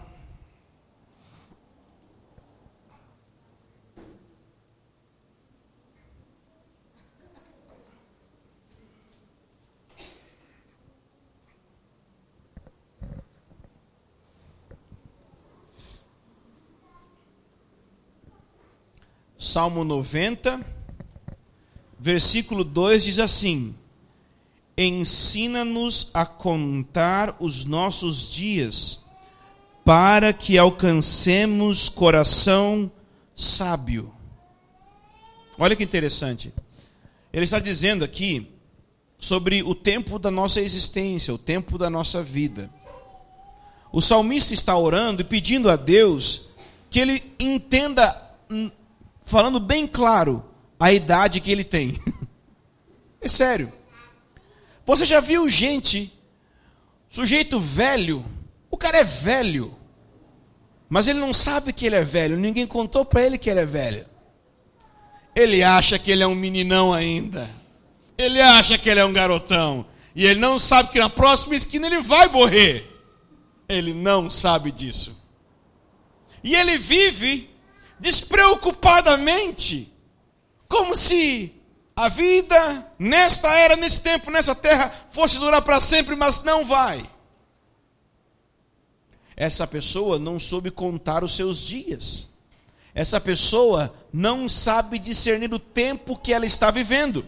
Salmo 90, versículo 2 diz assim: ensina-nos a contar os nossos dias, para que alcancemos coração sábio. Olha que interessante. Ele está dizendo aqui sobre o tempo da nossa existência, o tempo da nossa vida. O salmista está orando e pedindo a Deus que ele entenda, falando bem claro, a idade que ele tem. É sério. Você já viu sujeito velho? O cara é velho, mas ele não sabe que ele é velho. Ninguém contou para ele que ele é velho. Ele acha que ele é um meninão ainda. Ele acha que ele é um garotão. E ele não sabe que na próxima esquina ele vai morrer. Ele não sabe disso. E ele vive despreocupadamente, como se a vida nesta era, nesse tempo, nessa terra fosse durar para sempre, mas não vai. Essa pessoa não soube contar os seus dias. essa pessoa não sabe discernir o tempo que ela está vivendo.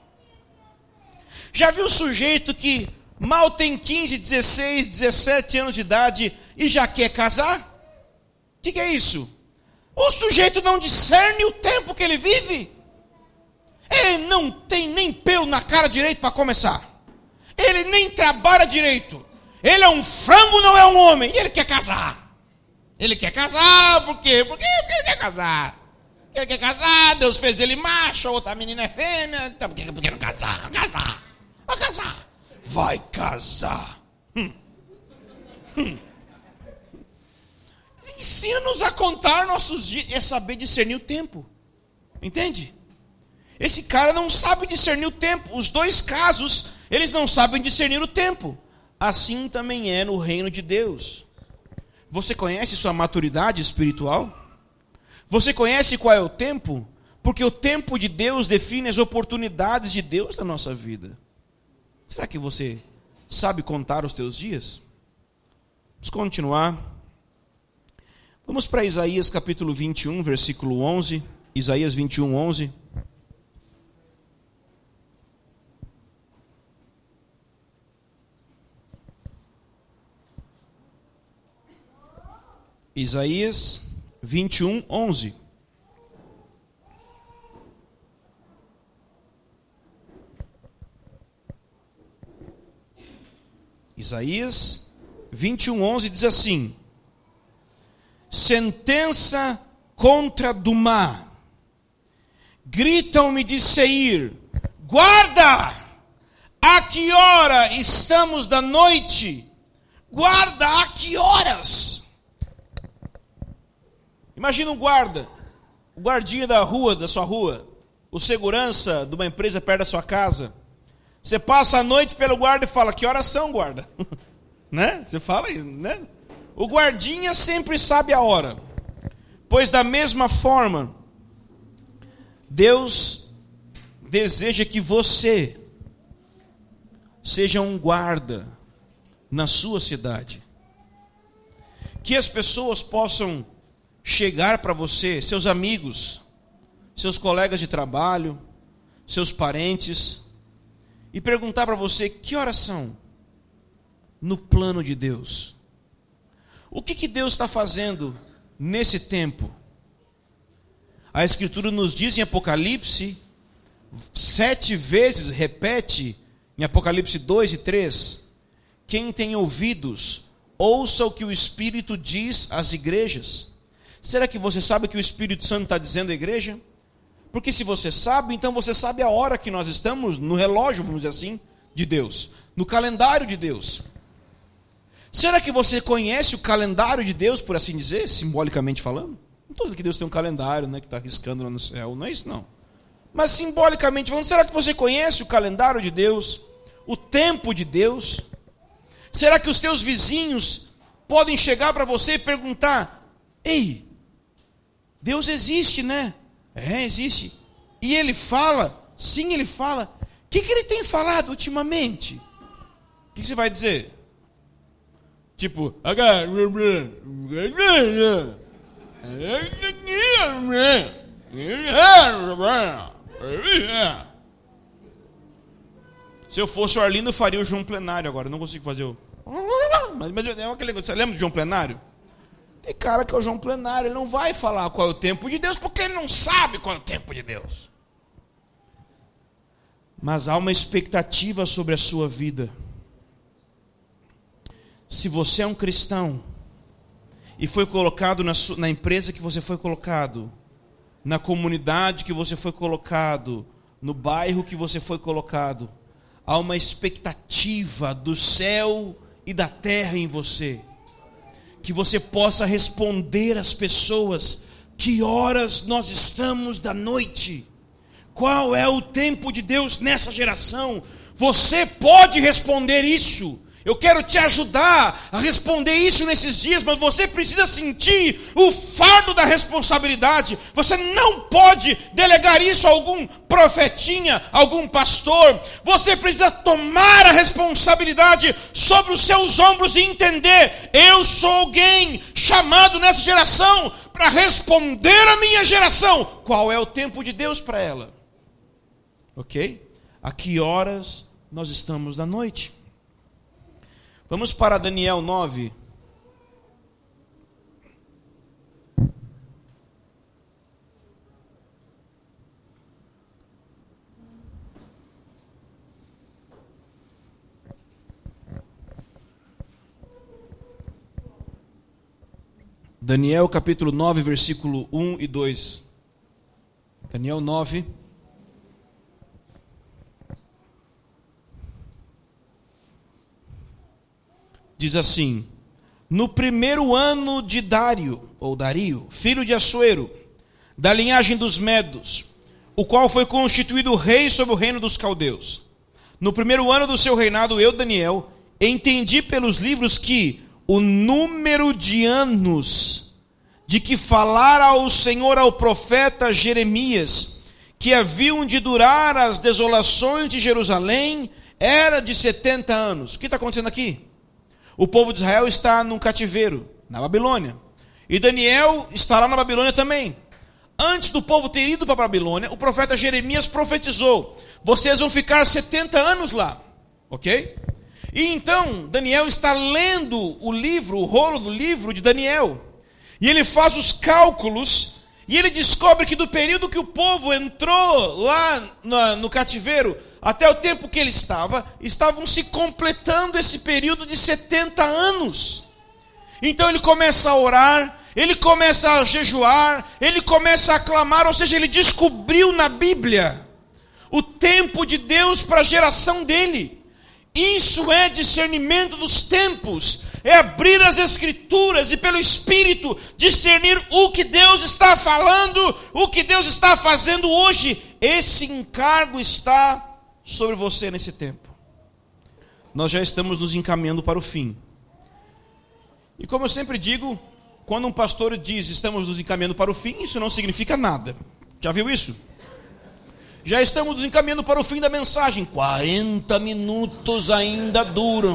Já viu o sujeito que mal tem 15, 16, 17 anos de idade e já quer casar? O que é isso? O sujeito não discerne o tempo que ele vive. Ele não tem nem pelo na cara direito para começar. Ele nem trabalha direito. Ele é um frango, não é um homem. E ele quer casar. Ele quer casar, por quê? Porque ele quer casar. Ele quer casar, Deus fez ele macho, a outra menina é fêmea. Então por que não casar? Vai casar. Vai casar. Ensina-nos a contar nossos dias. É saber discernir o tempo. Entende? Esse cara não sabe discernir o tempo. Os dois casos, eles não sabem discernir o tempo. Assim também é no reino de Deus. Você conhece sua maturidade espiritual? Você conhece qual é o tempo? Porque o tempo de Deus define as oportunidades de Deus na nossa vida. Será que você sabe contar os teus dias? Vamos continuar. Vamos para Isaías capítulo 21, versículo 11. Isaías 21, 11. Isaías 21, 11. Isaías 21, 11 diz assim: sentença contra Dumá, gritam-me de Seir, guarda, a que hora estamos da noite? Guarda, a que horas? Imagina um guarda, o guardinha da rua, da sua rua, o segurança de uma empresa perto da sua casa. Você passa a noite pelo guarda e fala, que horas são, guarda? Né? Você fala, né? O guardinha sempre sabe a hora. Pois da mesma forma, Deus deseja que você seja um guarda na sua cidade. Que as pessoas possam chegar para você, seus amigos, seus colegas de trabalho, seus parentes, e perguntar para você, que horas são no plano de Deus? O que Deus está fazendo nesse tempo? A Escritura nos diz em Apocalipse, 7 vezes repete, em Apocalipse 2 e 3, quem tem ouvidos, ouça o que o Espírito diz às igrejas. Será que você sabe o que o Espírito Santo está dizendo à igreja? Porque se você sabe, então você sabe a hora que nós estamos no relógio, vamos dizer assim, de Deus, no calendário de Deus. Será que você conhece o calendário de Deus, por assim dizer, simbolicamente falando? Não estou dizendo que Deus tem um calendário, né, que está riscando lá no céu, não é isso não. Mas simbolicamente falando, será que você conhece o calendário de Deus, o tempo de Deus? Será que os teus vizinhos podem chegar para você e perguntar, ei, Deus existe, né? É, existe. E ele fala? Sim, ele fala. O que ele tem falado ultimamente? O que você vai dizer? Tipo, se eu fosse o Arlindo, eu faria o João Plenário agora. Eu não consigo fazer o... Mas é aquele... Você lembra do João Plenário? Tem cara que é o João Plenário, ele não vai falar qual é o tempo de Deus, porque ele não sabe qual é o tempo de Deus. Mas há uma expectativa sobre a sua vida. Se você é um cristão, e foi colocado na empresa que você foi colocado, na comunidade que você foi colocado, no bairro que você foi colocado, há uma expectativa do céu e da terra em você. Que você possa responder às pessoas, que horas nós estamos da noite? Qual é o tempo de Deus nessa geração? Você pode responder isso. Eu quero te ajudar a responder isso nesses dias, mas você precisa sentir o fardo da responsabilidade. Você não pode delegar isso a algum profetinha, algum pastor. Você precisa tomar a responsabilidade sobre os seus ombros e entender, eu sou alguém chamado nessa geração para para responder à minha geração. Qual é o tempo de Deus para ela? Ok? A que horas nós estamos da noite? Vamos para Daniel 9. Daniel capítulo 9, versículo 1 e 2. Daniel 9. Diz assim: no primeiro ano de Dário, ou Dario, filho de Assuero, da linhagem dos Medos, o qual foi constituído rei sobre o reino dos caldeus. No primeiro ano do seu reinado, eu, Daniel, entendi pelos livros que o número de anos de que falara o Senhor ao profeta Jeremias, que haviam de durar as desolações de Jerusalém, era de 70 anos. O que está acontecendo aqui? O povo de Israel está num cativeiro, na Babilônia. E Daniel está lá na Babilônia também. Antes do povo ter ido para a Babilônia, o profeta Jeremias profetizou: vocês vão ficar 70 anos lá. Ok? E então, Daniel está lendo o livro, o rolo do livro de Daniel. E ele faz os cálculos, e ele descobre que do período que o povo entrou lá no cativeiro, até o tempo que ele estavam se completando esse período de 70 anos. Então ele começa a orar, ele começa a jejuar, ele começa a clamar, ou seja, ele descobriu na Bíblia o tempo de Deus para a geração dele. Isso é discernimento dos tempos, é abrir as Escrituras e pelo Espírito discernir o que Deus está falando, o que Deus está fazendo hoje. Esse encargo está sobre você nesse tempo. Nós já estamos nos encaminhando para o fim. E como eu sempre digo, quando um pastor diz estamos nos encaminhando para o fim, isso não significa nada. Já viu isso? Já estamos nos encaminhando para o fim da mensagem. 40 minutos ainda duram.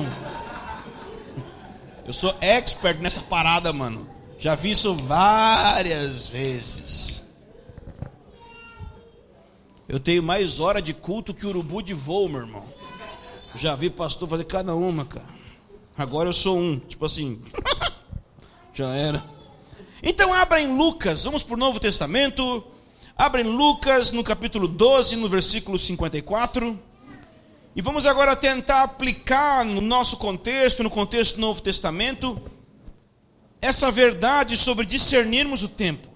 Eu sou expert nessa parada, mano. Já vi isso várias vezes. Eu tenho mais hora de culto que urubu de voo, meu irmão. Já vi pastor fazer cada uma, cara. Agora eu sou um, tipo assim. Já era. Então abra em Lucas, vamos para o Novo Testamento. Abra em Lucas, no capítulo 12, no versículo 54. E vamos agora tentar aplicar no nosso contexto, no contexto do Novo Testamento, essa verdade sobre discernirmos o tempo.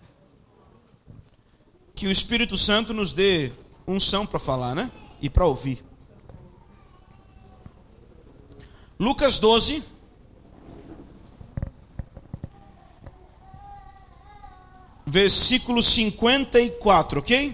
Que o Espírito Santo nos dê unção para falar, né? E para ouvir. Lucas 12. Versículo 54, ok?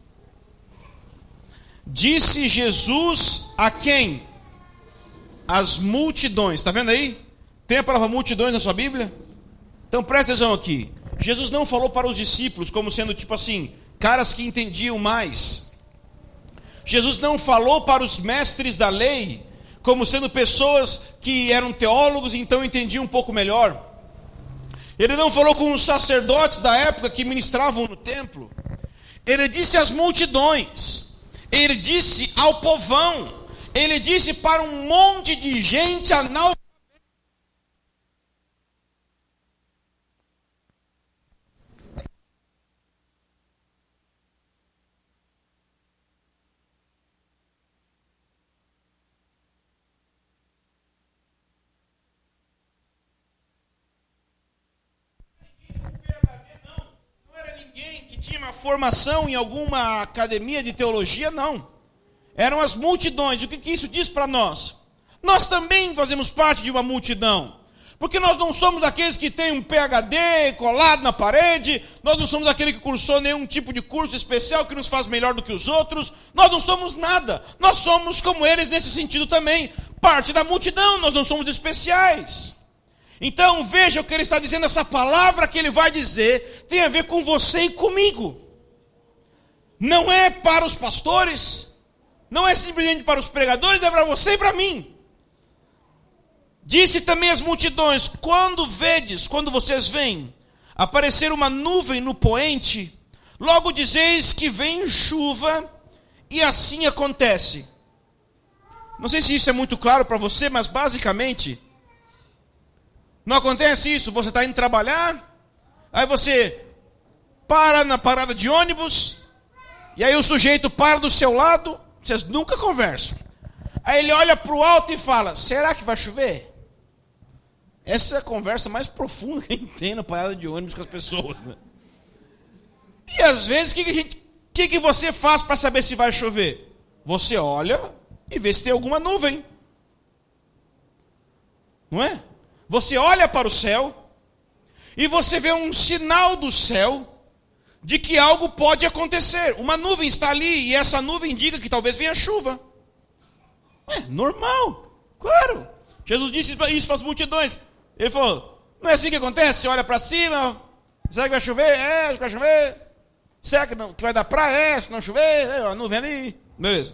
Disse Jesus a quem? As multidões. Está vendo aí? Tem a palavra multidões na sua Bíblia? Então presta atenção aqui. Jesus não falou para os discípulos como sendo tipo assim, caras que entendiam mais. Jesus não falou para os mestres da lei como sendo pessoas que eram teólogos e então entendiam um pouco melhor. Ele não falou com os sacerdotes da época que ministravam no templo. Ele disse às multidões. Ele disse ao povão. Ele disse para um monte de gente analfabeta. Uma formação em alguma academia de teologia, não. Eram as multidões. O que isso diz para nós? Nós também fazemos parte de uma multidão. Porque nós não somos aqueles que têm um PhD colado na parede. Nós não somos aquele que cursou nenhum tipo de curso especial que nos faz melhor do que os outros. Nós não somos nada. Nós somos como eles nesse sentido também. Parte da multidão, nós não somos especiais. Então veja o que ele está dizendo, essa palavra que ele vai dizer tem a ver com você e comigo. Não é para os pastores, não é simplesmente para os pregadores, é para você e para mim. Disse também às multidões, quando vocês veem aparecer uma nuvem no poente, logo dizeis que vem chuva, e assim acontece. Não sei se isso é muito claro para você, mas basicamente, não acontece isso. Você está indo trabalhar, aí você para na parada de ônibus, e aí o sujeito para do seu lado, vocês nunca conversam. Aí ele olha para o alto e fala, será que vai chover? Essa é a conversa mais profunda que a gente tem na parada de ônibus com as pessoas, né? E às vezes, o que você faz para saber se vai chover? Você olha e vê se tem alguma nuvem. Não é? Você olha para o céu e você vê um sinal do céu de que algo pode acontecer. Uma nuvem está ali e essa nuvem indica que talvez venha chuva. É normal, claro. Jesus disse isso para as multidões. Ele falou, não é assim que acontece? Você olha para cima, será que vai chover? É, acho que vai chover. Será que vai dar praia? É, se não chover, a nuvem ali. Beleza.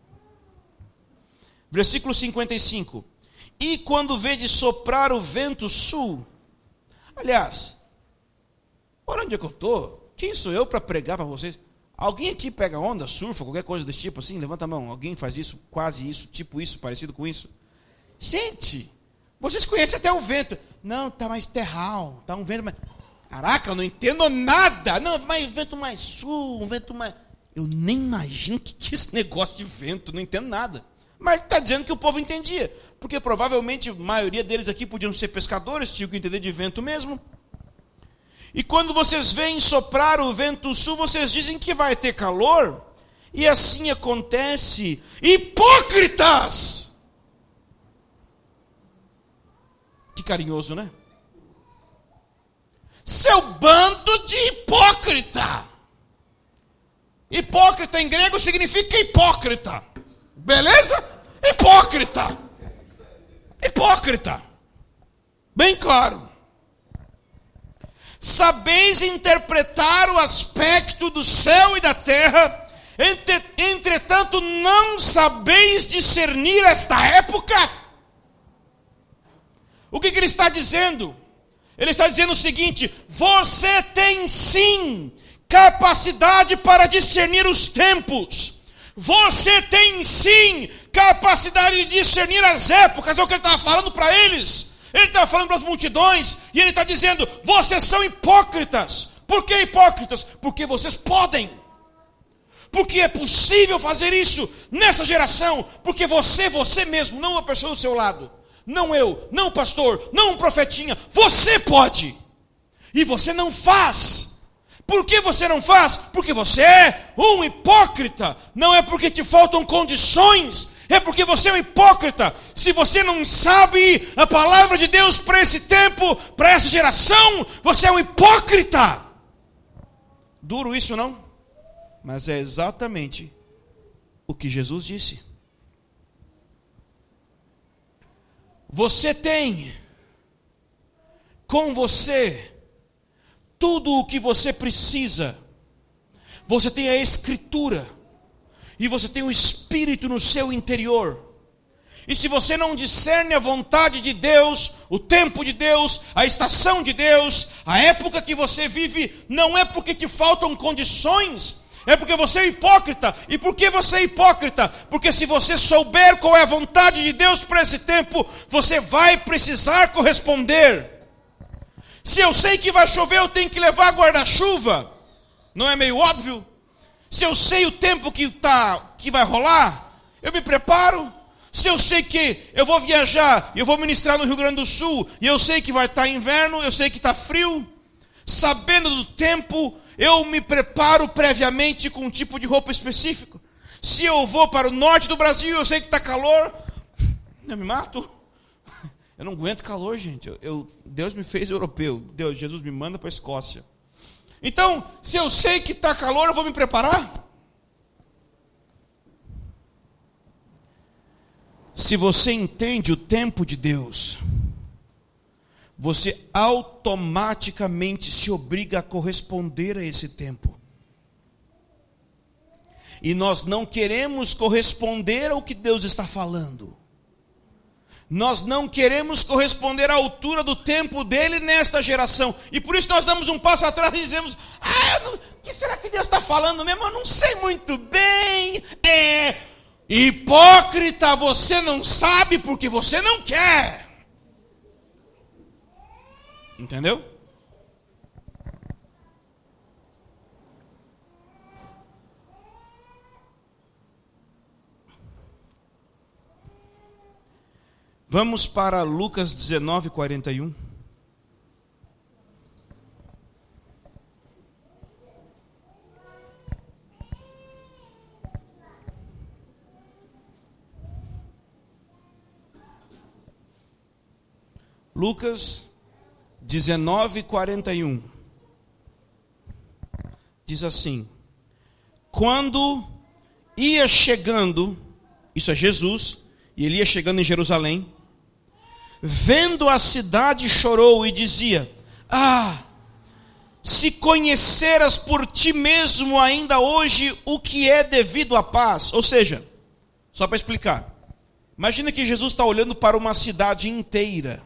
Versículo 55. E quando vede soprar o vento sul. Aliás, por onde é que eu estou? Quem sou eu para pregar para vocês? Alguém aqui pega onda, surfa, qualquer coisa desse tipo assim? Levanta a mão. Alguém faz isso, quase isso, tipo isso, parecido com isso? Gente, vocês conhecem até o vento. Não, está mais terral, está um vento mais... Caraca, eu não entendo nada. Não, mas vento mais sul, um vento mais... Eu nem imagino o que é esse negócio de vento, não entendo nada. Mas ele está dizendo que o povo entendia. Porque provavelmente a maioria deles aqui podiam ser pescadores, tinham que entender de vento mesmo. E quando vocês veem soprar o vento sul, vocês dizem que vai ter calor. E assim acontece. Hipócritas! Que carinhoso, né? Seu bando de hipócrita. Hipócrita em grego significa hipócrita. Beleza? Hipócrita. Hipócrita. Bem claro. Sabeis interpretar o aspecto do céu e da terra, entretanto não sabeis discernir esta época. O que ele está dizendo? Ele está dizendo o seguinte: você tem sim capacidade para discernir os tempos. Você tem sim capacidade de discernir as épocas. É o que ele estava falando para eles. Ele estava falando para as multidões. E ele está dizendo: vocês são hipócritas. Por que hipócritas? Porque vocês podem. Porque é possível fazer isso nessa geração. Porque você mesmo, não uma pessoa do seu lado, não eu, não o pastor, não um profetinha, você pode. E você não faz. Por que você não faz? Porque você é um hipócrita. Não é porque te faltam condições, é porque você é um hipócrita. Se você não sabe a palavra de Deus para esse tempo, para essa geração, você é um hipócrita. Duro isso, não? Mas é exatamente o que Jesus disse. Você tem com você tudo o que você precisa. Você tem a Escritura. E você tem o Espírito no seu interior. E se você não discerne a vontade de Deus, o tempo de Deus, a estação de Deus, a época que você vive, não é porque te faltam condições, é porque você é hipócrita. E por que você é hipócrita? Porque se você souber qual é a vontade de Deus para esse tempo, você vai precisar corresponder. Se eu sei que vai chover, eu tenho que levar guarda-chuva. Não é meio óbvio? Se eu sei o tempo que vai rolar, eu me preparo. Se eu sei que eu vou viajar, eu vou ministrar no Rio Grande do Sul, e eu sei que vai estar inverno, eu sei que está frio, sabendo do tempo, eu me preparo previamente com um tipo de roupa específico. Se eu vou para o norte do Brasil, eu sei que está calor, eu me mato. Eu não aguento calor, gente. Deus me fez europeu. Jesus me manda para a Escócia. Então, se eu sei que está calor, eu vou me preparar? Se você entende o tempo de Deus, você automaticamente se obriga a corresponder a esse tempo. E nós não queremos corresponder ao que Deus está falando. Nós não queremos corresponder à altura do tempo dele nesta geração. E por isso nós damos um passo atrás e dizemos: o que será que Deus está falando mesmo? Eu não sei muito bem. Hipócrita, você não sabe porque você não quer. Entendeu? Vamos para Lucas 19, 41. Lucas 19, 41. Diz assim: quando ia chegando, isso é Jesus, e ele ia chegando em Jerusalém, vendo a cidade, chorou e dizia: se conheceras por ti mesmo ainda hoje o que é devido à paz. Ou seja, só para explicar, imagina que Jesus está olhando para uma cidade inteira.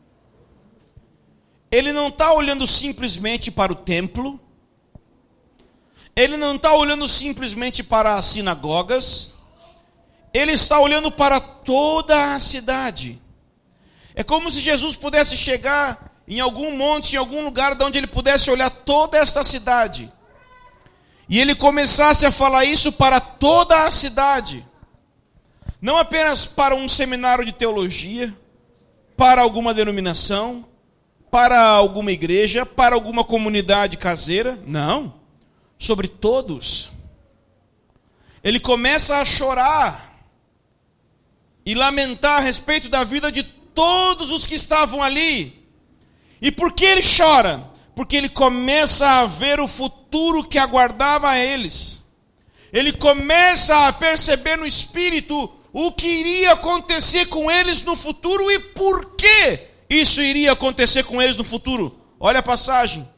Ele não está olhando simplesmente para o templo, ele não está olhando simplesmente para as sinagogas, ele está olhando para toda a cidade. É como se Jesus pudesse chegar em algum monte, em algum lugar de onde ele pudesse olhar toda esta cidade. E ele começasse a falar isso para toda a cidade. Não apenas para um seminário de teologia, para alguma denominação, para alguma igreja, para alguma comunidade caseira. Não. Sobre todos. Ele começa a chorar e lamentar a respeito da vida de todos os que estavam ali. E por que ele chora? Porque ele começa a ver o futuro que aguardava a eles. Ele começa a perceber no espírito o que iria acontecer com eles no futuro e por que isso iria acontecer com eles no futuro. Olha a passagem.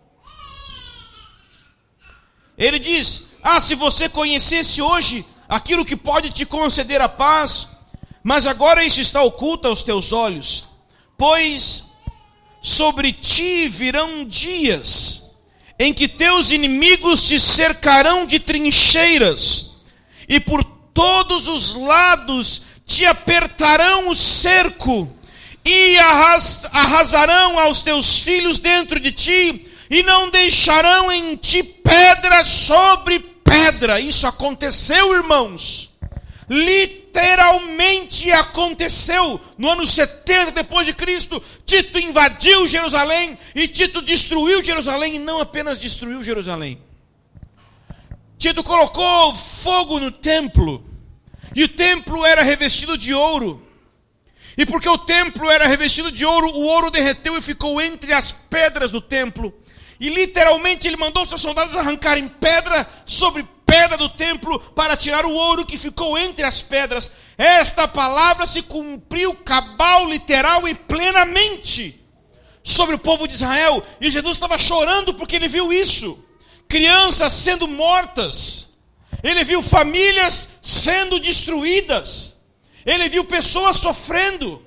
Ele diz: se você conhecesse hoje aquilo que pode te conceder a paz, mas agora isso está oculto aos teus olhos, pois sobre ti virão dias em que teus inimigos te cercarão de trincheiras, e por todos os lados te apertarão o cerco, e arrasarão aos teus filhos dentro de ti, e não deixarão em ti pedra sobre pedra. Isso aconteceu, irmãos. Literalmente aconteceu. No ano 70 depois de Cristo, Tito invadiu Jerusalém e Tito destruiu Jerusalém, e não apenas destruiu Jerusalém. Tito colocou fogo no templo, e o templo era revestido de ouro. E porque o templo era revestido de ouro, o ouro derreteu e ficou entre as pedras do templo. E literalmente ele mandou seus soldados arrancarem pedra sobre pedra do templo para tirar o ouro que ficou entre as pedras. Esta palavra se cumpriu cabal, literal e plenamente sobre o povo de Israel. E Jesus estava chorando porque ele viu isso. Crianças sendo mortas. Ele viu famílias sendo destruídas. Ele viu pessoas sofrendo.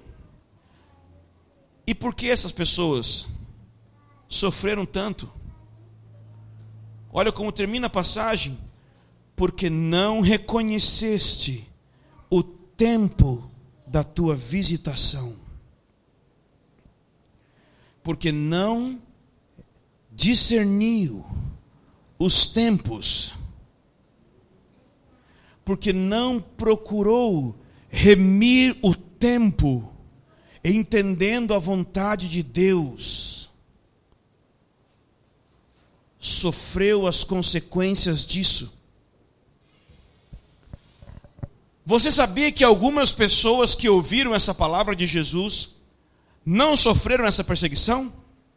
E por que essas pessoas sofreram tanto? Olha como termina a passagem: porque não reconheceste o tempo da tua visitação, porque não discerniu os tempos, porque não procurou remir o tempo, entendendo a vontade de Deus, sofreu as consequências disso. Você sabia que algumas pessoas que ouviram essa palavra de Jesus não sofreram essa perseguição?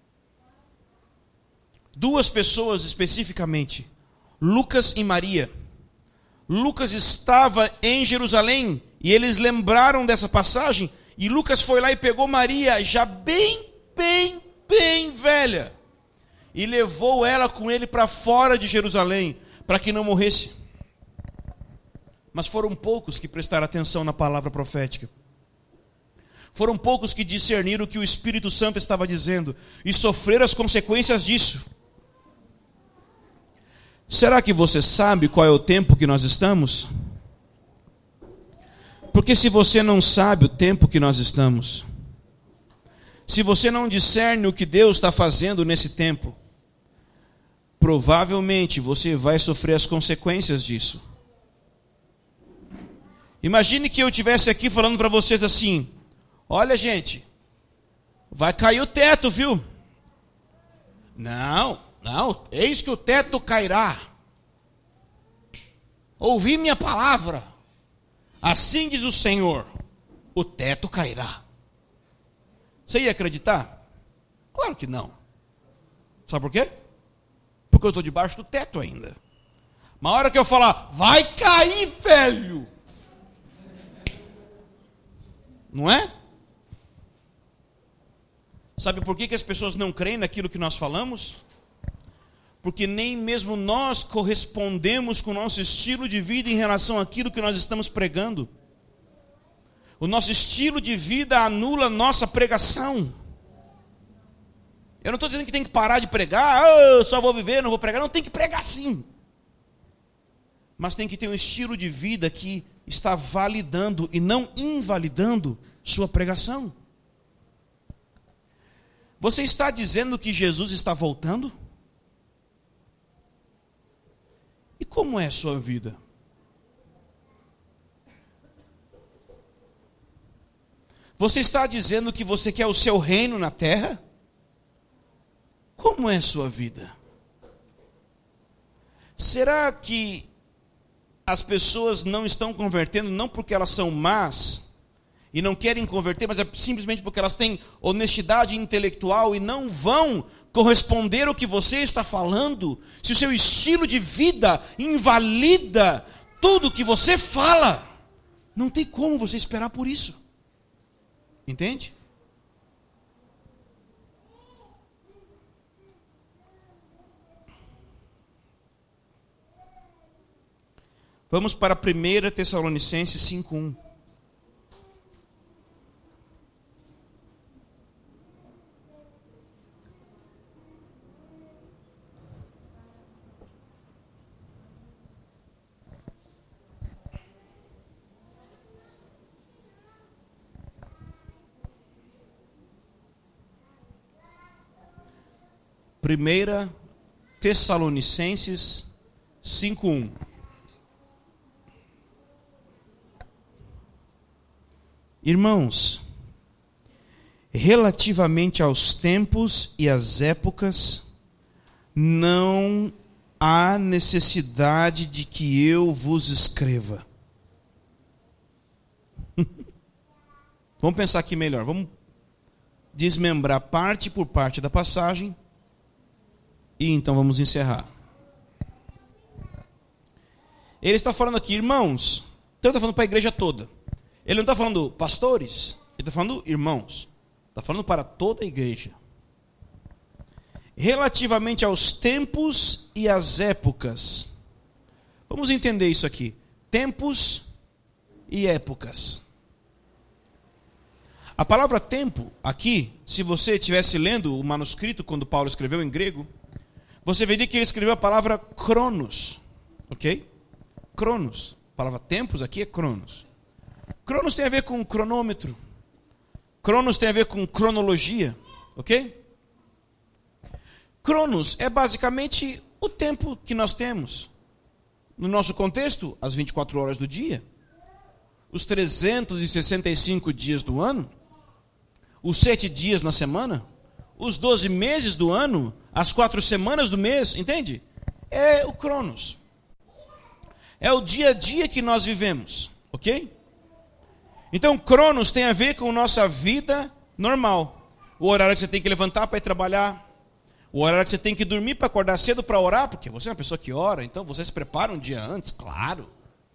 2 pessoas especificamente, Lucas e Maria. Lucas estava em Jerusalém e eles lembraram dessa passagem, e Lucas foi lá e pegou Maria já bem velha e levou ela com ele para fora de Jerusalém, para que não morresse. Mas foram poucos que prestaram atenção na palavra profética. Foram poucos que discerniram o que o Espírito Santo estava dizendo e sofreram as consequências disso. Será que você sabe qual é o tempo que nós estamos? Porque se você não sabe o tempo que nós estamos, se você não discerne o que Deus está fazendo nesse tempo, provavelmente você vai sofrer as consequências disso. Imagine que eu estivesse aqui falando para vocês assim: olha, gente, vai cair o teto, viu? Não, eis que o teto cairá. Ouvi minha palavra. Assim diz o Senhor, o teto cairá. Você ia acreditar? Claro que não. Sabe por quê? Porque eu estou debaixo do teto ainda. Mas a hora que eu falar, vai cair, velho. Não é? Sabe por que as pessoas não creem naquilo que nós falamos? Porque nem mesmo nós correspondemos com o nosso estilo de vida em relação àquilo que nós estamos pregando. O nosso estilo de vida anula a nossa pregação. Eu não estou dizendo que tem que parar de pregar, eu só vou viver, não vou pregar. Não, tem que pregar sim. Mas tem que ter um estilo de vida que está validando e não invalidando sua pregação. Você está dizendo que Jesus está voltando? E como é a sua vida? Você está dizendo que você quer o seu reino na terra? Como é a sua vida? Será que as pessoas não estão convertendo não porque elas são más e não querem converter, mas é simplesmente porque elas têm honestidade intelectual e não vão corresponder ao que você está falando? Se o seu estilo de vida invalida tudo que você fala, não tem como você esperar por isso. Entende? Vamos para 1 Tessalonicenses 5:1. Primeira Tessalonicenses 5:1. Irmãos, relativamente aos tempos e às épocas, não há necessidade de que eu vos escreva. Vamos pensar aqui melhor. Vamos desmembrar parte por parte da passagem. E então vamos encerrar. Ele está falando aqui, irmãos. Então ele está falando para a igreja toda. Ele não está falando pastores. Ele está falando irmãos. Está falando para toda a igreja. Relativamente aos tempos e às épocas. Vamos entender isso aqui. Tempos e épocas. A palavra tempo, aqui, se você estivesse lendo o manuscrito quando Paulo escreveu em grego, você veria que ele escreveu a palavra cronos, ok? Cronos. A palavra tempos aqui é cronos. Cronos tem a ver com cronômetro. Cronos tem a ver com cronologia, ok? Cronos é basicamente o tempo que nós temos. No nosso contexto, as 24 horas do dia, os 365 dias do ano, os 7 dias na semana, os 12 meses do ano, as 4 semanas do mês, entende? É o Cronos. É o dia a dia que nós vivemos, ok? Então, Cronos tem a ver com nossa vida normal. O horário que você tem que levantar para ir trabalhar, o horário que você tem que dormir para acordar cedo para orar, porque você é uma pessoa que ora, então você se prepara um dia antes, claro.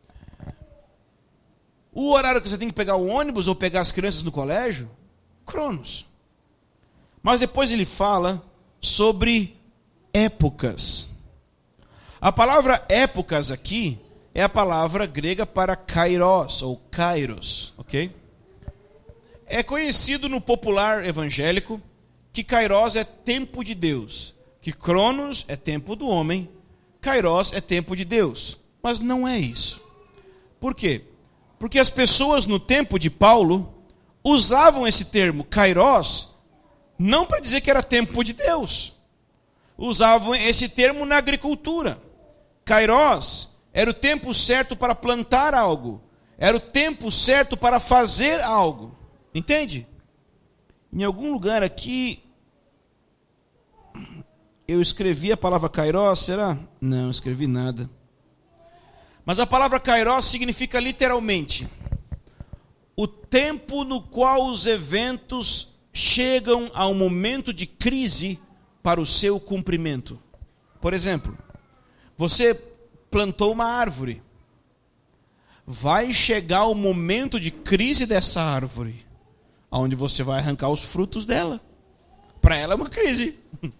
O horário que você tem que pegar o ônibus ou pegar as crianças no colégio, Cronos. Mas depois ele fala sobre épocas. A palavra épocas aqui é a palavra grega para kairos, ou kairos, ok? É conhecido no popular evangélico que Kairos é tempo de Deus, que Cronos é tempo do homem, Kairos é tempo de Deus. Mas não é isso. Por quê? Porque as pessoas no tempo de Paulo usavam esse termo Kairos não para dizer que era tempo de Deus. Usavam esse termo na agricultura. Kairos era o tempo certo para plantar algo. Era o tempo certo para fazer algo. Entende? Em algum lugar aqui eu escrevi a palavra Kairos, será? Não, escrevi nada. Mas a palavra Kairos significa literalmente o tempo no qual os eventos chegam a um momento de crise para o seu cumprimento. Por exemplo, você plantou uma árvore. Vai chegar o momento de crise dessa árvore, onde você vai arrancar os frutos dela. Para ela é uma crise.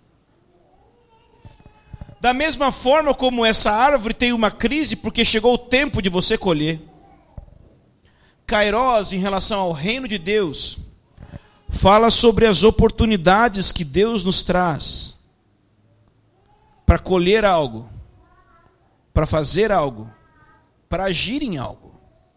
Da mesma forma como essa árvore tem uma crise porque chegou o tempo de você colher. Kairos, em relação ao reino de Deus, fala sobre as oportunidades que Deus nos traz para colher algo, para fazer algo, para agir em algo.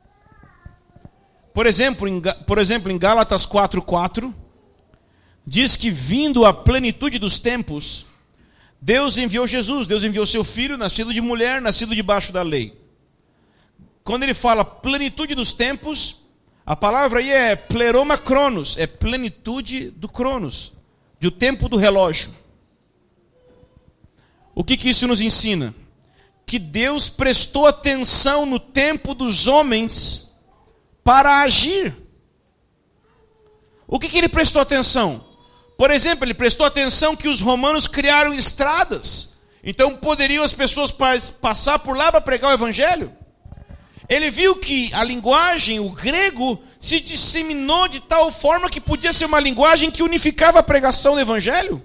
Por exemplo, em Gálatas 4:4, diz que vindo a plenitude dos tempos, Deus enviou Jesus, Deus enviou seu filho, nascido de mulher, nascido debaixo da lei. Quando ele fala plenitude dos tempos, a palavra aí é pleroma cronos, é plenitude do cronos, do tempo do relógio. O que isso nos ensina? Que Deus prestou atenção no tempo dos homens para agir. O que ele prestou atenção? Por exemplo, ele prestou atenção que os romanos criaram estradas. Então poderiam as pessoas passar por lá para pregar o evangelho. Ele viu que a linguagem, o grego, se disseminou de tal forma que podia ser uma linguagem que unificava a pregação do evangelho.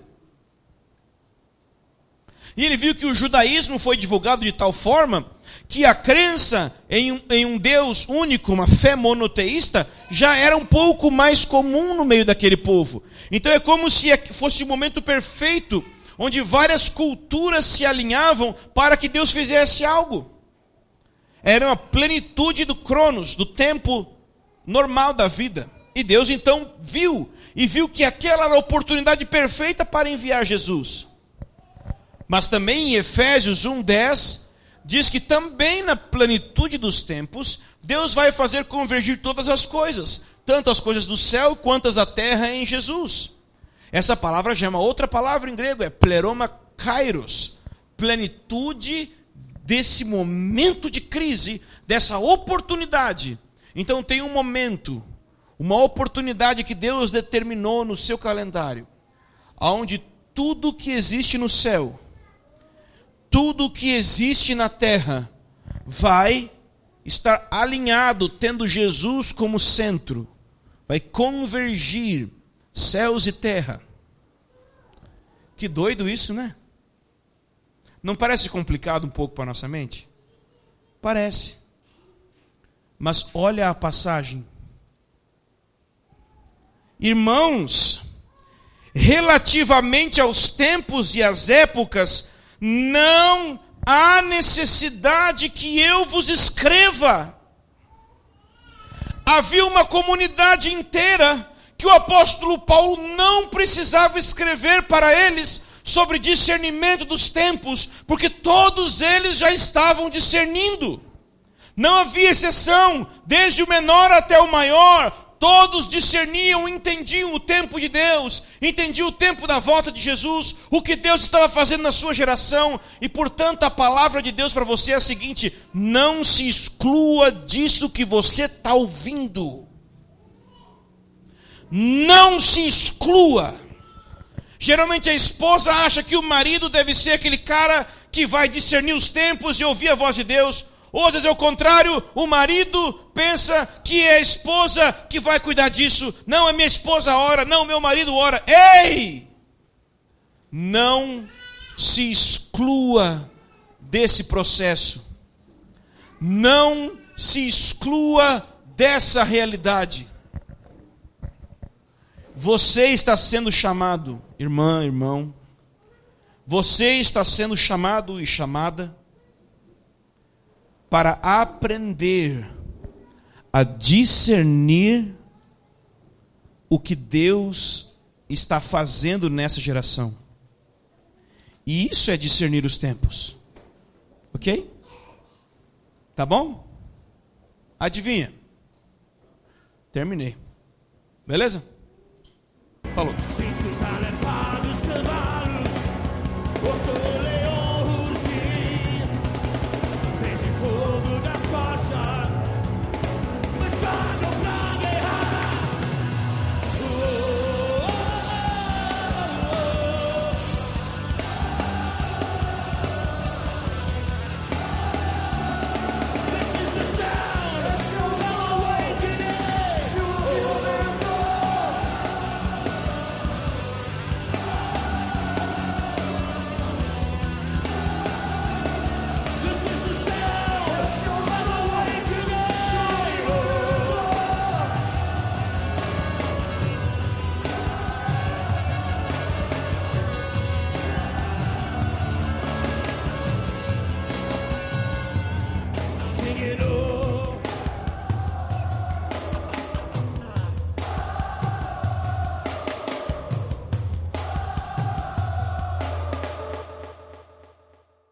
E ele viu que o judaísmo foi divulgado de tal forma que a crença em um Deus único, uma fé monoteísta, já era um pouco mais comum no meio daquele povo. Então é como se fosse o momento perfeito, onde várias culturas se alinhavam para que Deus fizesse algo. Era uma plenitude do cronos, do tempo normal da vida. E Deus então viu que aquela era a oportunidade perfeita para enviar Jesus. Mas também em Efésios 1:10, diz que também na plenitude dos tempos, Deus vai fazer convergir todas as coisas, tanto as coisas do céu quanto as da terra em Jesus. Essa palavra já é uma outra palavra em grego, é pleroma kairos, plenitude desse momento de crise, dessa oportunidade. Então tem um momento, uma oportunidade que Deus determinou no seu calendário, onde tudo que existe no céu, tudo que existe na terra, vai estar alinhado, tendo Jesus como centro. Vai convergir céus e terra. Que doido isso, né? Não parece complicado um pouco para a nossa mente? Parece. Mas olha a passagem. Irmãos, relativamente aos tempos e às épocas, não há necessidade que eu vos escreva. Havia uma comunidade inteira que o apóstolo Paulo não precisava escrever para eles sobre discernimento dos tempos, porque todos eles já estavam discernindo. Não havia exceção, desde o menor até o maior. Todos discerniam, entendiam o tempo de Deus, entendiam o tempo da volta de Jesus, o que Deus estava fazendo na sua geração. E portanto a palavra de Deus para você é a seguinte: não se exclua disso que você está ouvindo. Não se exclua. Geralmente a esposa acha que o marido deve ser aquele cara que vai discernir os tempos e ouvir a voz de Deus. Ou às vezes é o contrário, o marido pensa que é a esposa que vai cuidar disso. Não, é minha esposa ora, não, meu marido ora. Ei! Não se exclua desse processo. Não se exclua dessa realidade. Você está sendo chamado, irmã, irmão. Você está sendo chamado e chamada para aprender a discernir o que Deus está fazendo nessa geração. E isso é discernir os tempos. Ok? Tá bom? Adivinha? Terminei. Beleza? Falou.